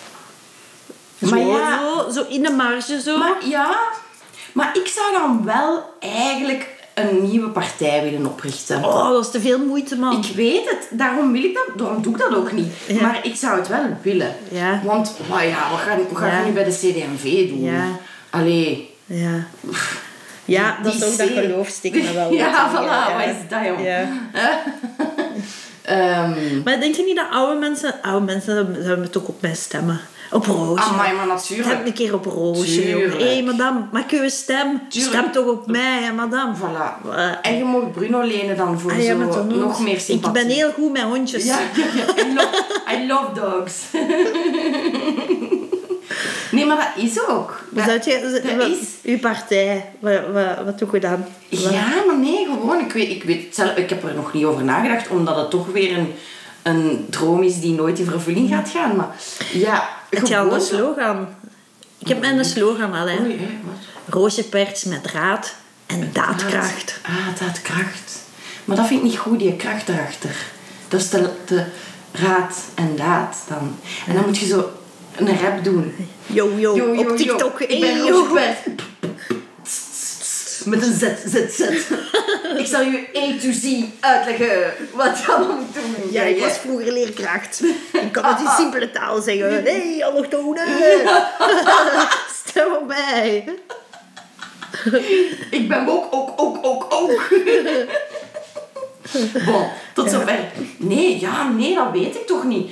Maar zo in de marge zo. Maar ik zou dan wel eigenlijk een nieuwe partij willen oprichten. Oh, dat is te veel moeite, man. Ik weet het, daarom wil ik dat, daarom doe ik dat ook niet. Ja. Maar ik zou het wel willen. Ja. Want, wat ga je nu bij de CD&V doen? Ja. Allee. Ja. Ja, dat is ook dat geloofstuk wel. Ja, voilà, wat is dat, joh? Ja. Maar denk je niet dat oude mensen hebben toch op mij stemmen? Op Roosje. Amai, maar natuurlijk. Stem een keer op Roosje. Hé, madame, maak je een stem? Tuurlijk. Stem toch op mij, hè, madame. Voilà. En je mag Bruno lenen dan voor nog meer sympathie. Ik ben heel goed met hondjes. Ja. I love dogs. Nee, maar dat is ook. Uw partij, wat doe je dan? Ja, maar nee, gewoon. Ik weet het zelf. Ik heb er nog niet over nagedacht, omdat het toch weer een droom is die nooit in vervulling gaat gaan. Maar ja, heb je al een slogan? Ik heb mijn slogan al, hè. Oei, wat? Roosje Perts met raad en daadkracht. Daadkracht. Maar dat vind ik niet goed, die kracht erachter. Dat is de raad en daad dan. En dan moet je zo een rap doen. Yo, op TikTok. Ik ben Roosje Perts. Met een Z. Ik zal je A to Z uitleggen wat je allemaal moet doen. Ja, ik was vroeger leerkracht. Ik kan het in simpele taal zeggen. Hey, allochtonen. Stem op mij. Ik ben ook. Bon, tot zover. Nee, dat weet ik toch niet.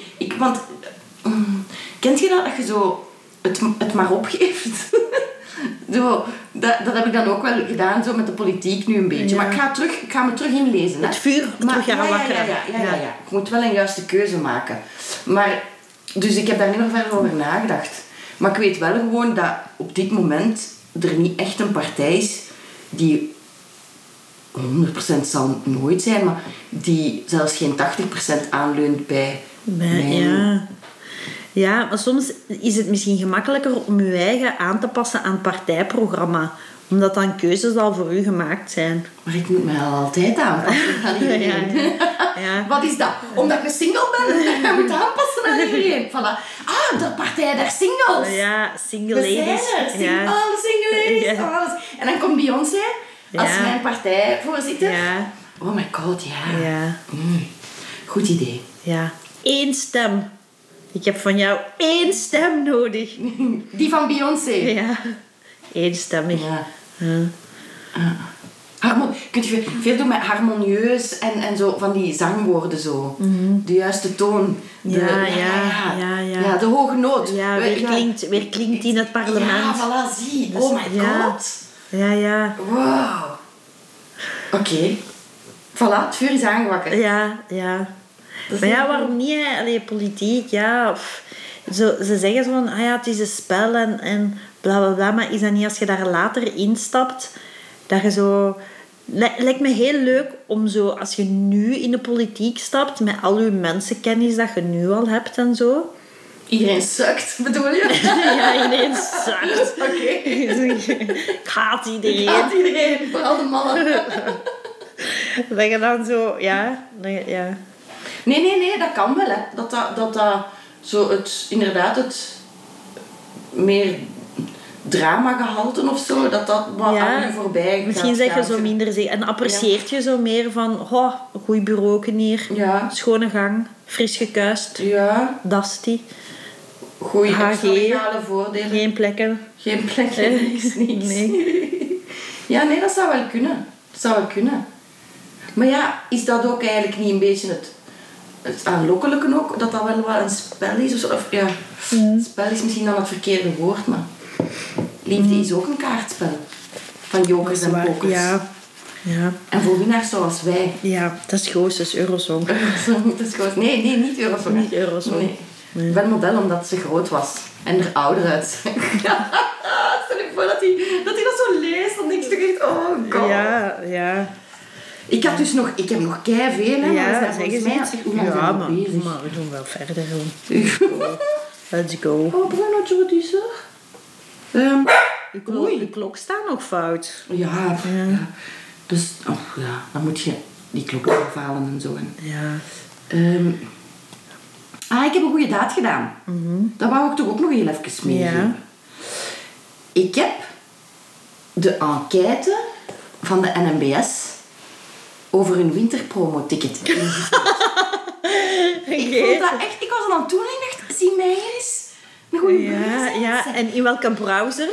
Kent je dat je zo het maar opgeeft? Zo, dat heb ik dan ook wel gedaan, zo met de politiek nu een beetje. Ja. Maar ik ga me terug inlezen. Hè. Het vuur terug gaan wakkeren. Ja. Ik moet wel een juiste keuze maken. Maar, dus ik heb daar niet meer verder over nagedacht. Maar ik weet wel gewoon dat op dit moment er niet echt een partij is die 100% zal nooit zijn, maar die zelfs geen 80% aanleunt bij mijn... Ja, maar soms is het misschien gemakkelijker om je eigen aan te passen aan het partijprogramma. Omdat dan keuzes al voor u gemaakt zijn. Maar ik moet mij altijd aanpassen aan iedereen. Ja. Wat is dat? Omdat je single bent? Je moet aanpassen aan iedereen. Voilà. Ah, de partij der singles. Ja, single ladies. Alle single ladies. Ja. Alles. En dan komt Beyoncé als mijn partijvoorzitter. Ja. Oh my god, ja. Goed idee. Ja. 1 stem. Ik heb van jou 1 stem nodig. Die van Beyoncé. Ja. 1 stemmig. Kun je veel doen met harmonieus en zo van die zangwoorden zo. De juiste toon. De hoge noot. Ja, weer klinkt in het parlement. Ja, voilà, zie. Dus, oh my god. Ja. Wow. Oké. Voilà, het vuur is aangewakkerd. Ja. Maar ja, waarom niet? Hè? Allee, politiek, ja. Ze zeggen zo van, het is een spel en bla bla bla. Maar is dat niet als je daar later instapt, dat je zo... Lijkt me heel leuk om zo, als je nu in de politiek stapt, met al je mensenkennis dat je nu al hebt en zo. Iedereen sukt, bedoel je? Ja, iedereen sukt. Oké. Ik haat iedereen. Vooral de mannen. Dat je dan zo, ja. Nee, dat kan wel, hè. Dat zo inderdaad het meer dramagehalte of zo, dat wat aan je voorbij misschien zeg je zo minder en apprecieert je zo meer van een goed bureau hier, schone gang, fris gekuist, dusty, goeie extra voordelen, geen plekken, niks. Nee. Ja, nee, dat zou wel kunnen. Maar ja, is dat ook eigenlijk niet een beetje het aanlokkelijke ook, dat wel wat een spel is? Spel is misschien dan het verkeerde woord, maar liefde is ook een kaartspel. van jokers en pokers. Ja. Ja. En voor winnaars zoals wij. Ja, dat is Goos, dat is Eurosong. Dat is gewoon... Nee, niet Eurosong. Niet Eurosong. Nee. Ik ben model omdat ze groot was. En er ouder uitzag. Stel je voor dat hij dat zo leest. Dan denk je toch echt, oh god. Ja. Ik heb nog keiveel, hè. Ja, maar zeg eens iets. hoe lang zijn we bezig? Maar we doen wel verder. Let's go. Oh, Bruno, wat is er? De klok staat nog fout. Ja. Dus, dan moet je die klok afhalen en zo. Ja. Ik heb een goede daad gedaan. Dat wou ik toch ook nog heel even meegeven. Ja. Ik heb de enquête van de NMBS over een winterpromo-ticket ingevuld. Ik vond dat echt... Ik was er aan toe en ik dacht, zie mij hier eens een goede browser. Ja, en in welke browser?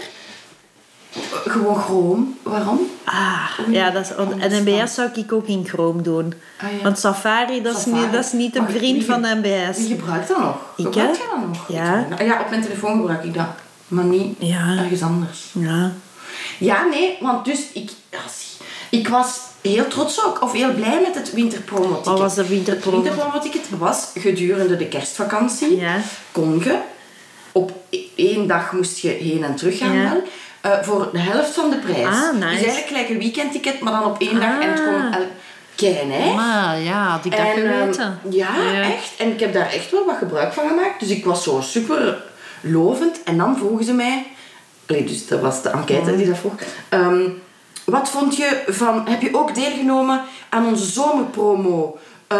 Gewoon Chrome. Waarom? Ja, dat is, want NMBS zou ik ook in Chrome doen. Ja. Want Safari, dat is niet een vriend van de NMBS. Wie gebruikt dat nog? Gebruik je dat nog? Ja. Op mijn telefoon gebruik ik dat. Maar niet ergens anders. Ja. Ja, nee, want dus ik was heel trots ook, of heel blij met het winterpromo-ticket. Wat was de winterpromo? Het winterpromo-ticket was gedurende de kerstvakantie. Ja. Kon je, op 1 dag moest je heen en terug gaan wel, voor de helft van de prijs. Nice. Dus eigenlijk gelijk een weekendticket, maar dan op 1 dag en het kon kei. Maar ja, had ik dat geweten. Ja, echt. En ik heb daar echt wel wat gebruik van gemaakt. Dus ik was zo super lovend. En dan vroegen ze mij... Dus dat was de enquête die dat vroeg. Wat vond je van... Heb je ook deelgenomen aan onze zomerpromo?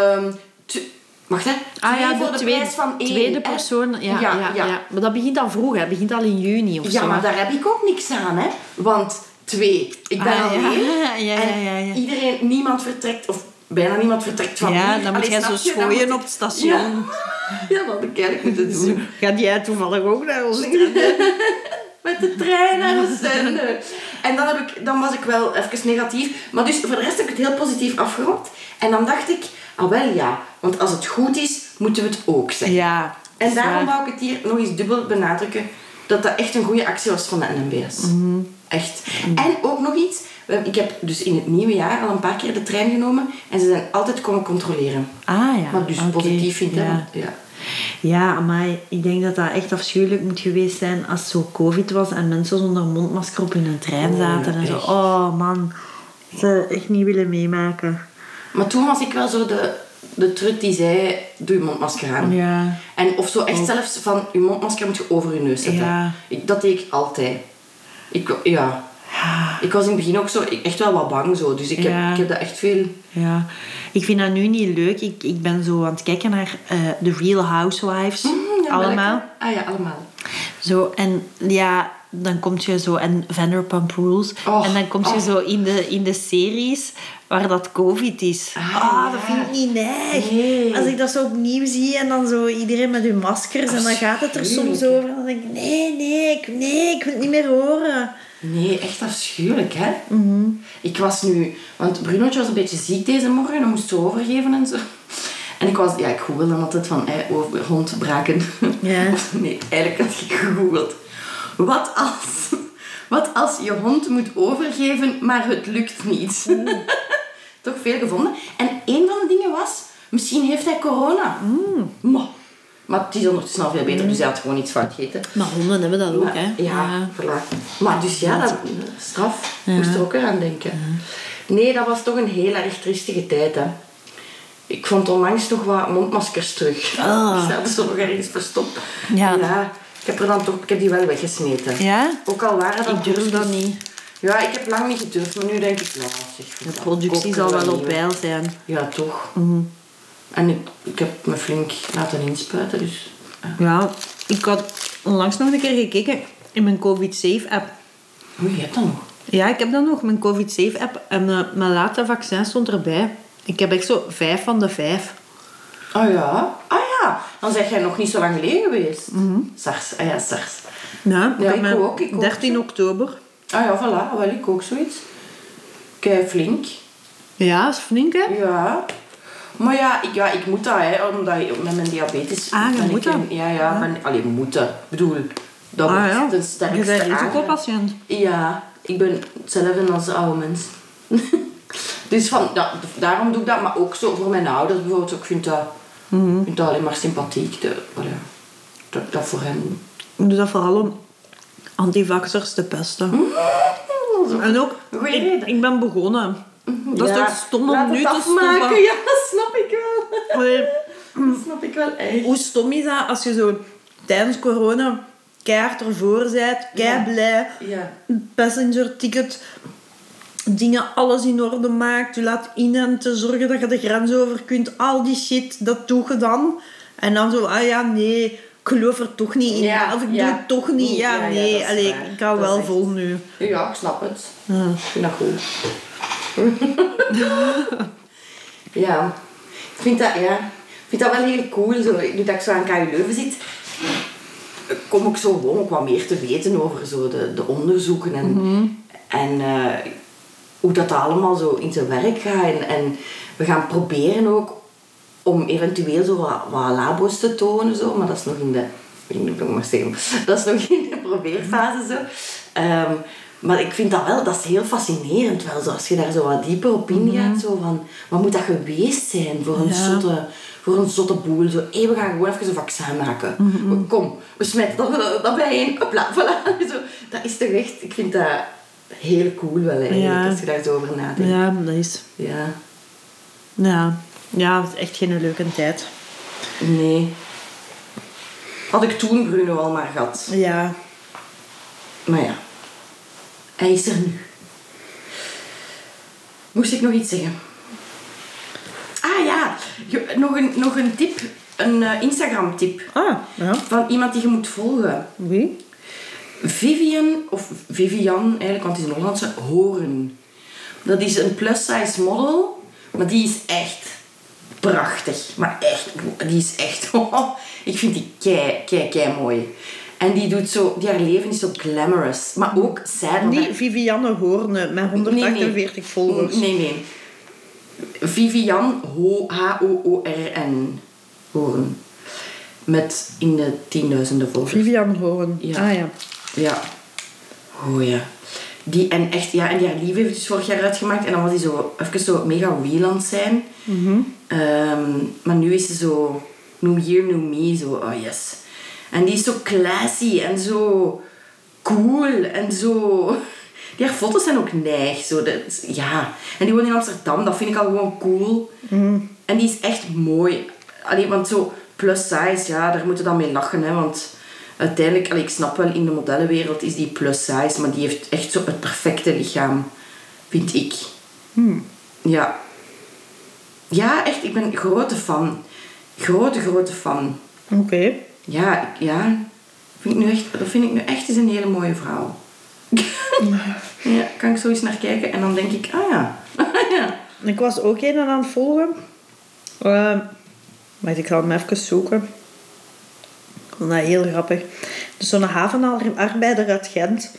Wacht, hè. De prijs van 1. Tweede persoon. Ja. Maar dat begint al vroeg, hè. Begint al in juni of zo. Ja, maar daar heb ik ook niks aan, hè. Want 2, ik ben alleen. En niemand vertrekt... Of bijna niemand vertrekt van hier. Dan moet jij zo schooien op het station. Ja, dat had ik eigenlijk moeten doen. Gaat jij toevallig ook naar Oostende? Met de trein naar Oostende. En dan was ik wel even negatief. Maar dus voor de rest heb ik het heel positief afgerond. En dan dacht ik, want als het goed is, moeten we het ook zeggen. Ja. En daarom wou ik het hier nog eens dubbel benadrukken, dat echt een goede actie was van de NMBS. Echt. En ook nog iets, ik heb dus in het nieuwe jaar al een paar keer de trein genomen en ze zijn altijd komen controleren. Wat dus positief vindt, hè. Ja, maar ik denk dat dat echt afschuwelijk moet geweest zijn als het zo COVID was en mensen zonder mondmasker op in een trein zaten en zo. Oh man, ze echt niet willen meemaken. Maar toen was ik wel zo de trut die zei, doe je mondmasker aan. Ja. En of zo echt zelfs van, je mondmasker moet je over je neus zetten. Ja. Dat deed ik altijd. Ik was in het begin ook zo echt wel wat bang zo. Dus ik heb dat echt veel... Ja. Ik vind dat nu niet leuk. Ik ben zo aan het kijken naar The Real Housewives. Allemaal. Allemaal. Zo, en ja, dan kom je zo... En Vanderpump Rules. En dan kom je zo in de series waar dat COVID is. Dat vind ik niet neig. Nee. Als ik dat zo opnieuw zie en dan zo iedereen met hun maskers en dan gaat het er soms over. Dan denk ik, nee, ik wil het niet meer horen. Nee, echt afschuwelijk, hè? Ik was nu... Want Brunootje was een beetje ziek deze morgen. Dan moest ze overgeven en zo. En ik googelde dan altijd van... over hondbraken. Ja. Nee, eigenlijk had ik gegoogeld. Wat als je hond moet overgeven, maar het lukt niet? Toch veel gevonden. En een van de dingen was... Misschien heeft hij corona. Maar het is ondertussen al veel beter, dus hij had gewoon iets fout gegeten. Maar honden hebben dat ook, hè? Ja, voilà. Maar dus dat straf. Moest er ook eraan denken. Nee, dat was toch een heel erg triestige tijd, hè. Ik vond onlangs nog wat mondmaskers terug. Die zaten zo nog ergens verstopt. Ja. Ik heb die wel weggesmeten. Ja? Ook al waren dat... Ik durf dat niet. Ja, ik heb lang niet gedurfd, maar nu denk ik, de productie zal wel op peil zijn. Ja, toch. En ik heb me flink laten inspuiten, dus... Ja, ik had onlangs nog een keer gekeken in mijn COVID-Safe-app. Hoe je hebt dat nog? Ja, ik heb dat nog, mijn COVID-Safe-app. En mijn laatste vaccin stond erbij. Ik heb echt zo 5 van de 5. Ah ja? Dan zeg jij nog niet zo lang geleden geweest. SARS. SARS. Ja, ik ook. 13 oktober. Ah ja, voilà. Wel, ik ook zoiets. Kei flink. Ja, dat is flink, hè? Ja. Maar ik moet dat, hè. Omdat met mijn diabetes... je moet dat? Moet dat. Ik bedoel, dat wordt de sterkste je bent risicopatiënt. Ja. ik ben hetzelfde als de oude mens. Dus daarom doe ik dat. Maar ook zo voor mijn ouders bijvoorbeeld. Ik vind dat alleen maar sympathiek. Dat voor hen. Ik doe dat vooral om antivaxers te pesten. En ook, ik ben begonnen. Dat is toch stom om nu te stoppen. Ja, dat snap ik wel. Dat snap ik wel echt. Hoe stom is dat als je zo tijdens corona keihard ervoor bent, blij, passenger ticket, dingen, alles in orde maakt, je laat inenten, zorgen dat je de grens over kunt, al die shit, dat doe je dan. En dan zo, nee, ik geloof er toch niet in. Of ik doe het toch niet. Ik hou wel vol nu. Ja, ik snap het. Ik vind dat goed. Ja. Ik vind dat wel heel cool. Zo, nu dat ik zo aan KU Leuven zit, kom ik zo gewoon ook wat meer te weten over zo de onderzoeken en hoe dat allemaal zo in zijn werk gaat. En we gaan proberen ook om eventueel zo wat labo's te tonen, zo, maar dat is nog in de dat is nog in de probeerfase zo. Maar ik vind dat is heel fascinerend wel, zo, als je daar zo wat dieper op ingaat, zo van, wat moet dat geweest zijn voor een zotte boel, zo, we gaan gewoon even een vaccin maken. Kom, we smijten dat bijeen, hopla, voilà. Zo, dat is toch echt, ik vind dat heel cool wel eigenlijk, als je daar zo over nadenkt. Ja, dat is. Ja, het is echt geen leuke tijd. Nee. Had ik toen Bruno al maar gehad. Ja. Maar ja. Hij is er nu. Moest ik nog iets zeggen? Ah ja, nog een tip. Een Instagram tip. Van iemand die je moet volgen. Wie? Vivian eigenlijk, want het is een Hollandse, Horen. Dat is een plus-size model, maar die is echt prachtig. Maar echt, die is echt... ik vind die kei mooi. En die doet zo... haar leven is zo glamorous. Maar ook zij... Niet Vivianne Hoorne met 148 volgers. Nee. Vivian H-O-O-R-N. Hoorn. Met in de 10.000 volgers. Vivian Hoorn. Ja. Ja. Oh ja. En die haar lief heeft dus vorig jaar uitgemaakt. En dan was die zo even zo mega real aan het zijn. Maar nu is ze zo... New Year, New Me. Zo, oh yes. En die is zo classy en zo cool. En zo... Die haar foto's zijn ook neig. Zo, ja. En die woont in Amsterdam. Dat vind ik al gewoon cool. En die is echt mooi. Allee, want zo plus size, daar moeten we dan mee lachen. Hè, want... Uiteindelijk, ik snap wel, in de modellenwereld is die plus size, maar die heeft echt zo het perfecte lichaam, vind ik. Ja. Ja, echt, ik ben een grote fan. Grote fan. Oké. Ja. Dat vind ik nu echt eens een hele mooie vrouw. Ja, kan ik zo eens naar kijken en dan denk ik, ja. Ik was ook een aan het volgen. Maar ik ga hem even zoeken. Ik vond dat heel grappig. Dus zo'n havenarbeider uit Gent.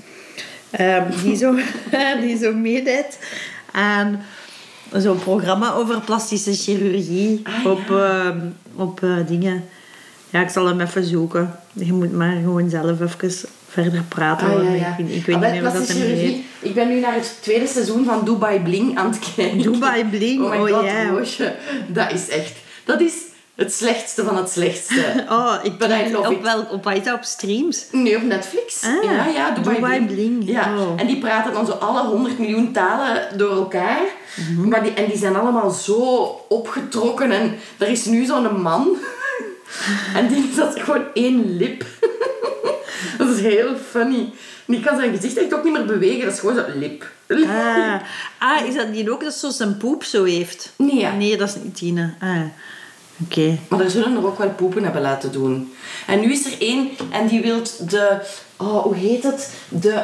Die zo meedeed aan zo'n programma over plastische chirurgie. Op dingen. Ja, ik zal hem even zoeken. Je moet maar gewoon zelf even verder praten. Ik weet niet meer wat dat heet. Ik ben nu naar het tweede seizoen van Dubai Bling aan het kijken. Dubai Bling? Oh my god, Roosje. Dat is echt... Dat is... Het slechtste van het slechtste. Op wat is dat? Op streams? Nee, op Netflix. Ja, Dubai Bling. Ja. En die praten dan zo alle 100 miljoen talen door elkaar. Maar die zijn allemaal zo opgetrokken. En er is nu zo'n man. En die heeft gewoon 1 lip. Dat is heel funny. Die kan zijn gezicht echt ook niet meer bewegen. Dat is gewoon zo'n lip. Is dat die ook dat zo zijn poep zo heeft? Nee, ja. Nee, dat is niet Tine. Okay. Maar daar zullen er ook wel poepen hebben laten doen. En nu is er één en die wil de... hoe heet het? De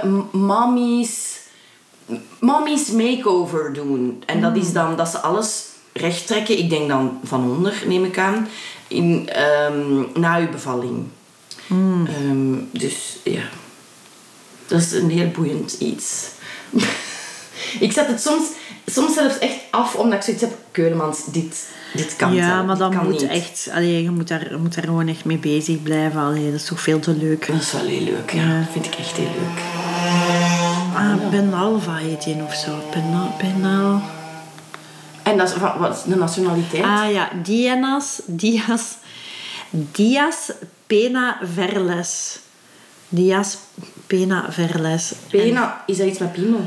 mommy's makeover doen. En dat is dan dat ze alles recht trekken. Ik denk dan van onder, neem ik aan. Na uw bevalling. Dus ja. Dat is een heel boeiend iets. Ik zet het soms zelfs echt af, omdat ik zoiets heb... Keulemans, dit kan niet. Ja, maar dan moet niet. echt... je moet daar gewoon echt mee bezig blijven. Dat is toch veel te leuk. Dat is wel heel leuk, ja. Dat vind ik echt heel leuk. Penalva heet die of zo. Penal. En dat is, wat is de nationaliteit? Ah ja, Diaz Penaverles. Diaz Penaverles. Pena, is dat iets met piemel?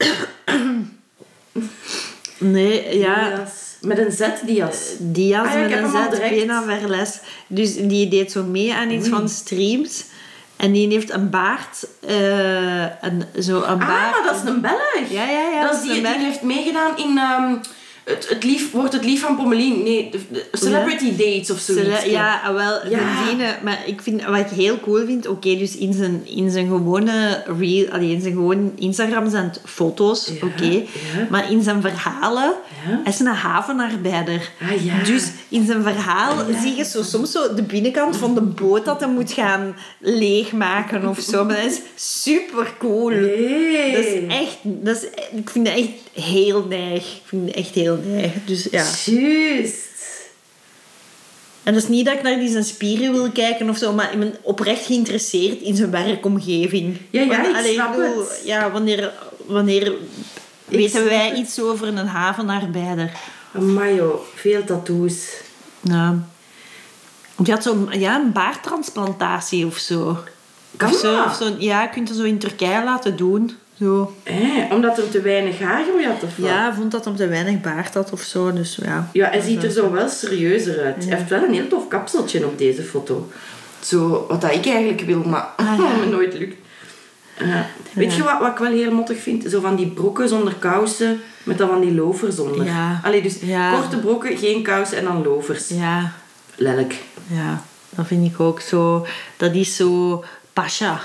Nee, ja. Diaz. Met een Z, Diaz. Diaz ja, met een Z, direct. Penaverles. Dus die deed zo mee aan iets van streams. En die heeft een baard. Baard. Maar dat is een Belg. Ja. Dat is die heeft meegedaan in... het lief van Pommelien. Nee, de Celebrity Dates of zoiets. Maar ik vind, wat ik heel cool vind... Oké, dus in zijn gewone reel... in zijn gewoon Instagram zijn het foto's. Maar in zijn verhalen... Hij is een havenarbeider. Dus in zijn verhaal zie je soms zo de binnenkant van de boot dat hij moet gaan leegmaken of zo. Maar dat is super cool. Hey. Ik vind dat echt heel neig. Dus ja. Juist. En dat is niet dat ik naar die zijn spieren wil kijken of zo, maar ik ben oprecht geïnteresseerd in zijn werkomgeving. Ik snap het. Ja, wanneer weten wij iets over een havenarbeider? Amai joh, veel tattoos. Ja. Die had een baardtransplantatie of zo. Kan of zo, dat? Ja, je kunt het zo in Turkije laten doen. Zo. Omdat er te weinig haargroei had of wat? Ja, vond dat hij te weinig baard had of zo. Dus, ja. Ja, hij ziet er zo wel serieuzer uit. Hij heeft wel een heel tof kapseltje op deze foto. Zo, wat dat ik eigenlijk wil, maar wat me nooit lukt. Weet je wat ik wel heel mottig vind? Zo van die broeken zonder kousen, met dan van die loafers onder. Ja. Allee, dus korte broeken, geen kousen en dan loafers. Ja. Lelijk. Ja, dat vind ik ook zo. Dat is zo pasha.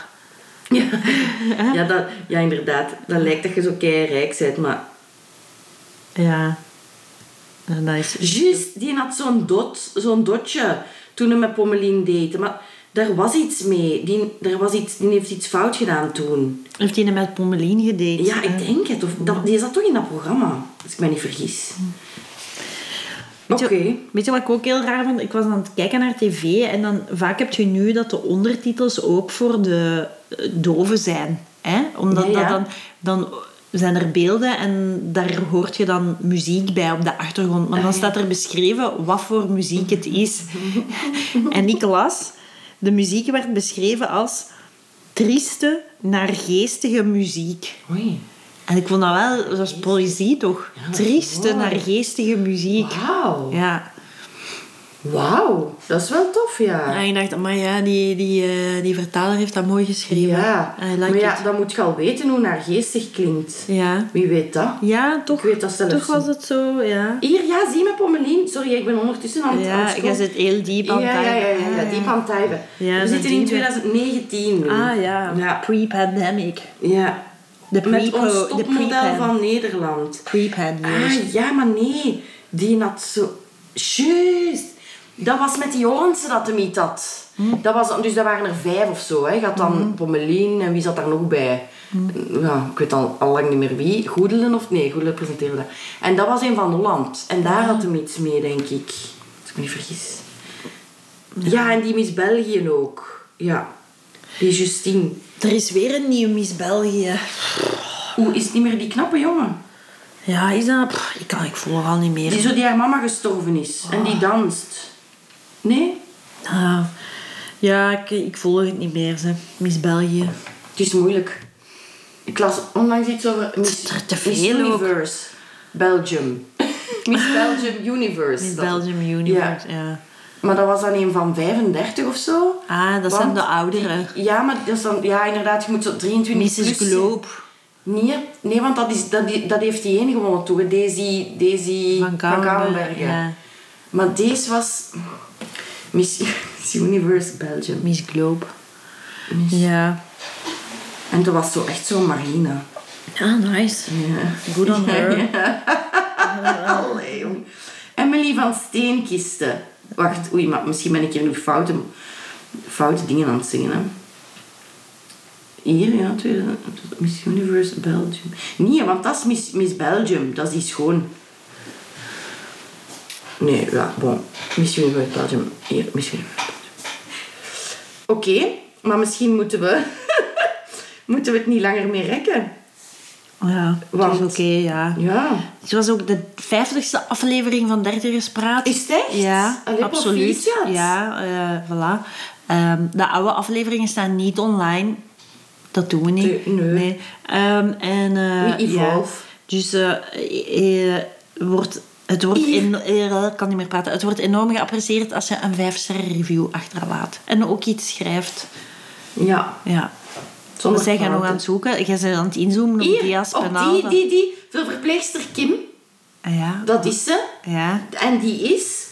Ja, inderdaad. Dat lijkt dat je zo keirijk bent, maar... Ja. En dat is... Juist, die had zo'n dotje toen hij met Pommelien deed. Maar daar was iets mee. Die heeft iets fout gedaan toen. Heeft hij met Pommelien gedate? Ja, ik denk het. Die zat toch in dat programma, als ik me niet vergis. Oké. Weet je wat ik ook heel raar vond? Ik was aan het kijken naar tv en dan vaak heb je nu dat de ondertitels ook voor de doven zijn. Hè? Omdat dat dan zijn er beelden en daar hoort je dan muziek bij op de achtergrond. Maar dan staat er beschreven wat voor muziek het is. En ik las, de muziek werd beschreven als trieste, naargeestige muziek. Oei. En ik vond dat wel, dat is poëzie toch? Ja, trieste, naargeestige muziek. Wauw. Ja. Wauw, dat is wel tof, ja. En ik dacht, maar ja, die vertaler heeft dat mooi geschreven. Ja, maar ja, dan moet je al weten hoe naargeestig klinkt. Ja. Wie weet dat? Ja, toch, Ik weet dat zelfs toch was het zo, ja. Hier, ja, zie me Pommelien. Sorry, ik ben ondertussen aan het Ja, jij zit heel diep aan het typen. Ja, diep aan het typen. Ja, we zitten in diep. 2019 nu. Ah ja, pre-pandemic. Ja. Met ons topmodel van Nederland. Pre-pan years. Ah, ja, maar nee. Die had zo... Juist. Dat was met die Hollandse dat hem niet had. Dus dat waren er 5 of zo. Hè. Je had dan Pommelien en wie zat daar nog bij? Ja, ik weet al lang niet meer wie. Goedelen of... Nee, Goedelen presenteerde dat. En dat was een van Holland. En daar had hem iets mee, denk ik. Als ik me niet vergis. Ja, en die Miss België ook. Ja. Die Justine. Er is weer een nieuwe Miss België. Hoe is het niet meer die knappe jongen? Ja, is dat... Ik voel het al niet meer. Die haar mama gestorven is. En die danst. Nee? Ja, ik volg het niet meer. Miss België. Het is moeilijk. Ik las onlangs iets over Miss Universe Belgium. Miss Belgium Universe. Miss Belgium Universe, ja. Maar dat was dan een van 35 of zo. Ah, dat zijn de ouderen. Ja, maar dat is dan... Ja, inderdaad, je moet zo 23 Mrs. plus... Globe. Nee, want dat heeft die één gewonnen toen. Daisy van Kouwenbergen. Ja. Maar deze was... Miss Universe Belgium. Miss Globe. Ja. En toen was zo echt zo'n Marina. Ah, nice. Ja. Good on her. Allee, jong. Emily van Steenkisten. Wacht, oei, maar misschien ben ik hier nu foute dingen aan het zingen, hè. Hier, ja, Miss Universe Belgium. Nee, want dat is Miss Belgium. Dat is die schoon. Nee, ja, bon. Miss Universe Belgium. Hier, Miss Universe Belgium. Oké, maar misschien moeten we het niet langer meer rekken. Ja, het is oké, ja. Ja. Het was ook de 50ste aflevering van Dertigers Praat. Is het echt? Ja, Allee, absoluut. proficiat. Ja, voilà. De oude afleveringen staan niet online. Dat doen we niet. Nee. We evolve. Ja, dus het wordt ik kan niet meer praten. Het wordt enorm geapprecieerd als je een 5-sterren review achterlaat. En ook iets schrijft. Ja. We zijn gaan nog aan het zoeken. Je bent aan het inzoomen op Hier, Diaz op Penalve. die verpleegster Kim. Ja. Dat is ze. Ja. En die is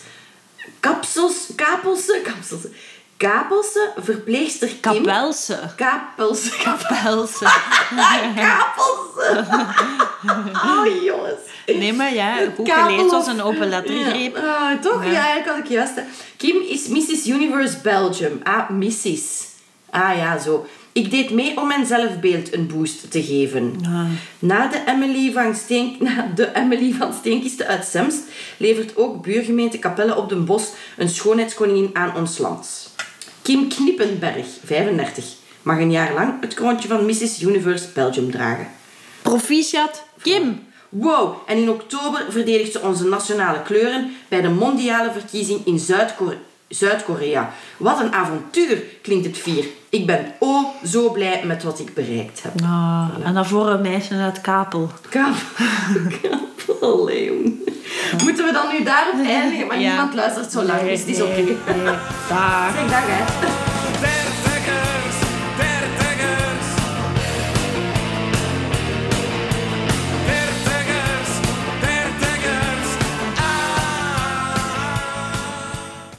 Kapelse verpleegster Kim. Kapelse. Kapelse. Kapelse. Kapelse. Oh, jongens. Nee, maar ja, goed geleerd was een open lettergreep. Ja. Toch? Ja, eigenlijk had ik juist. Kim is Mrs. Universe Belgium. Mrs. Ja, zo. Ik deed mee om mijn zelfbeeld een boost te geven. Ja. Na de Emily van Steenkisten uit Zemst levert ook buurgemeente Capelle op den Bosch een schoonheidskoningin aan ons land. Kim Knippenberg, 35, mag een jaar lang het kroontje van Mrs. Universe Belgium dragen. Proficiat, Kim. Wow, en in oktober verdedigt ze onze nationale kleuren bij de mondiale verkiezing in Zuid-Korea. Wat een avontuur, klinkt het fier. Ik ben zo blij met wat ik bereikt heb. En daarvoor een meisje uit Kapel. Kapel, jong. Moeten we dan nu daarop eindigen? Maar niemand luistert zo lang, dus het is oké. Dag. Zeg dag, hè.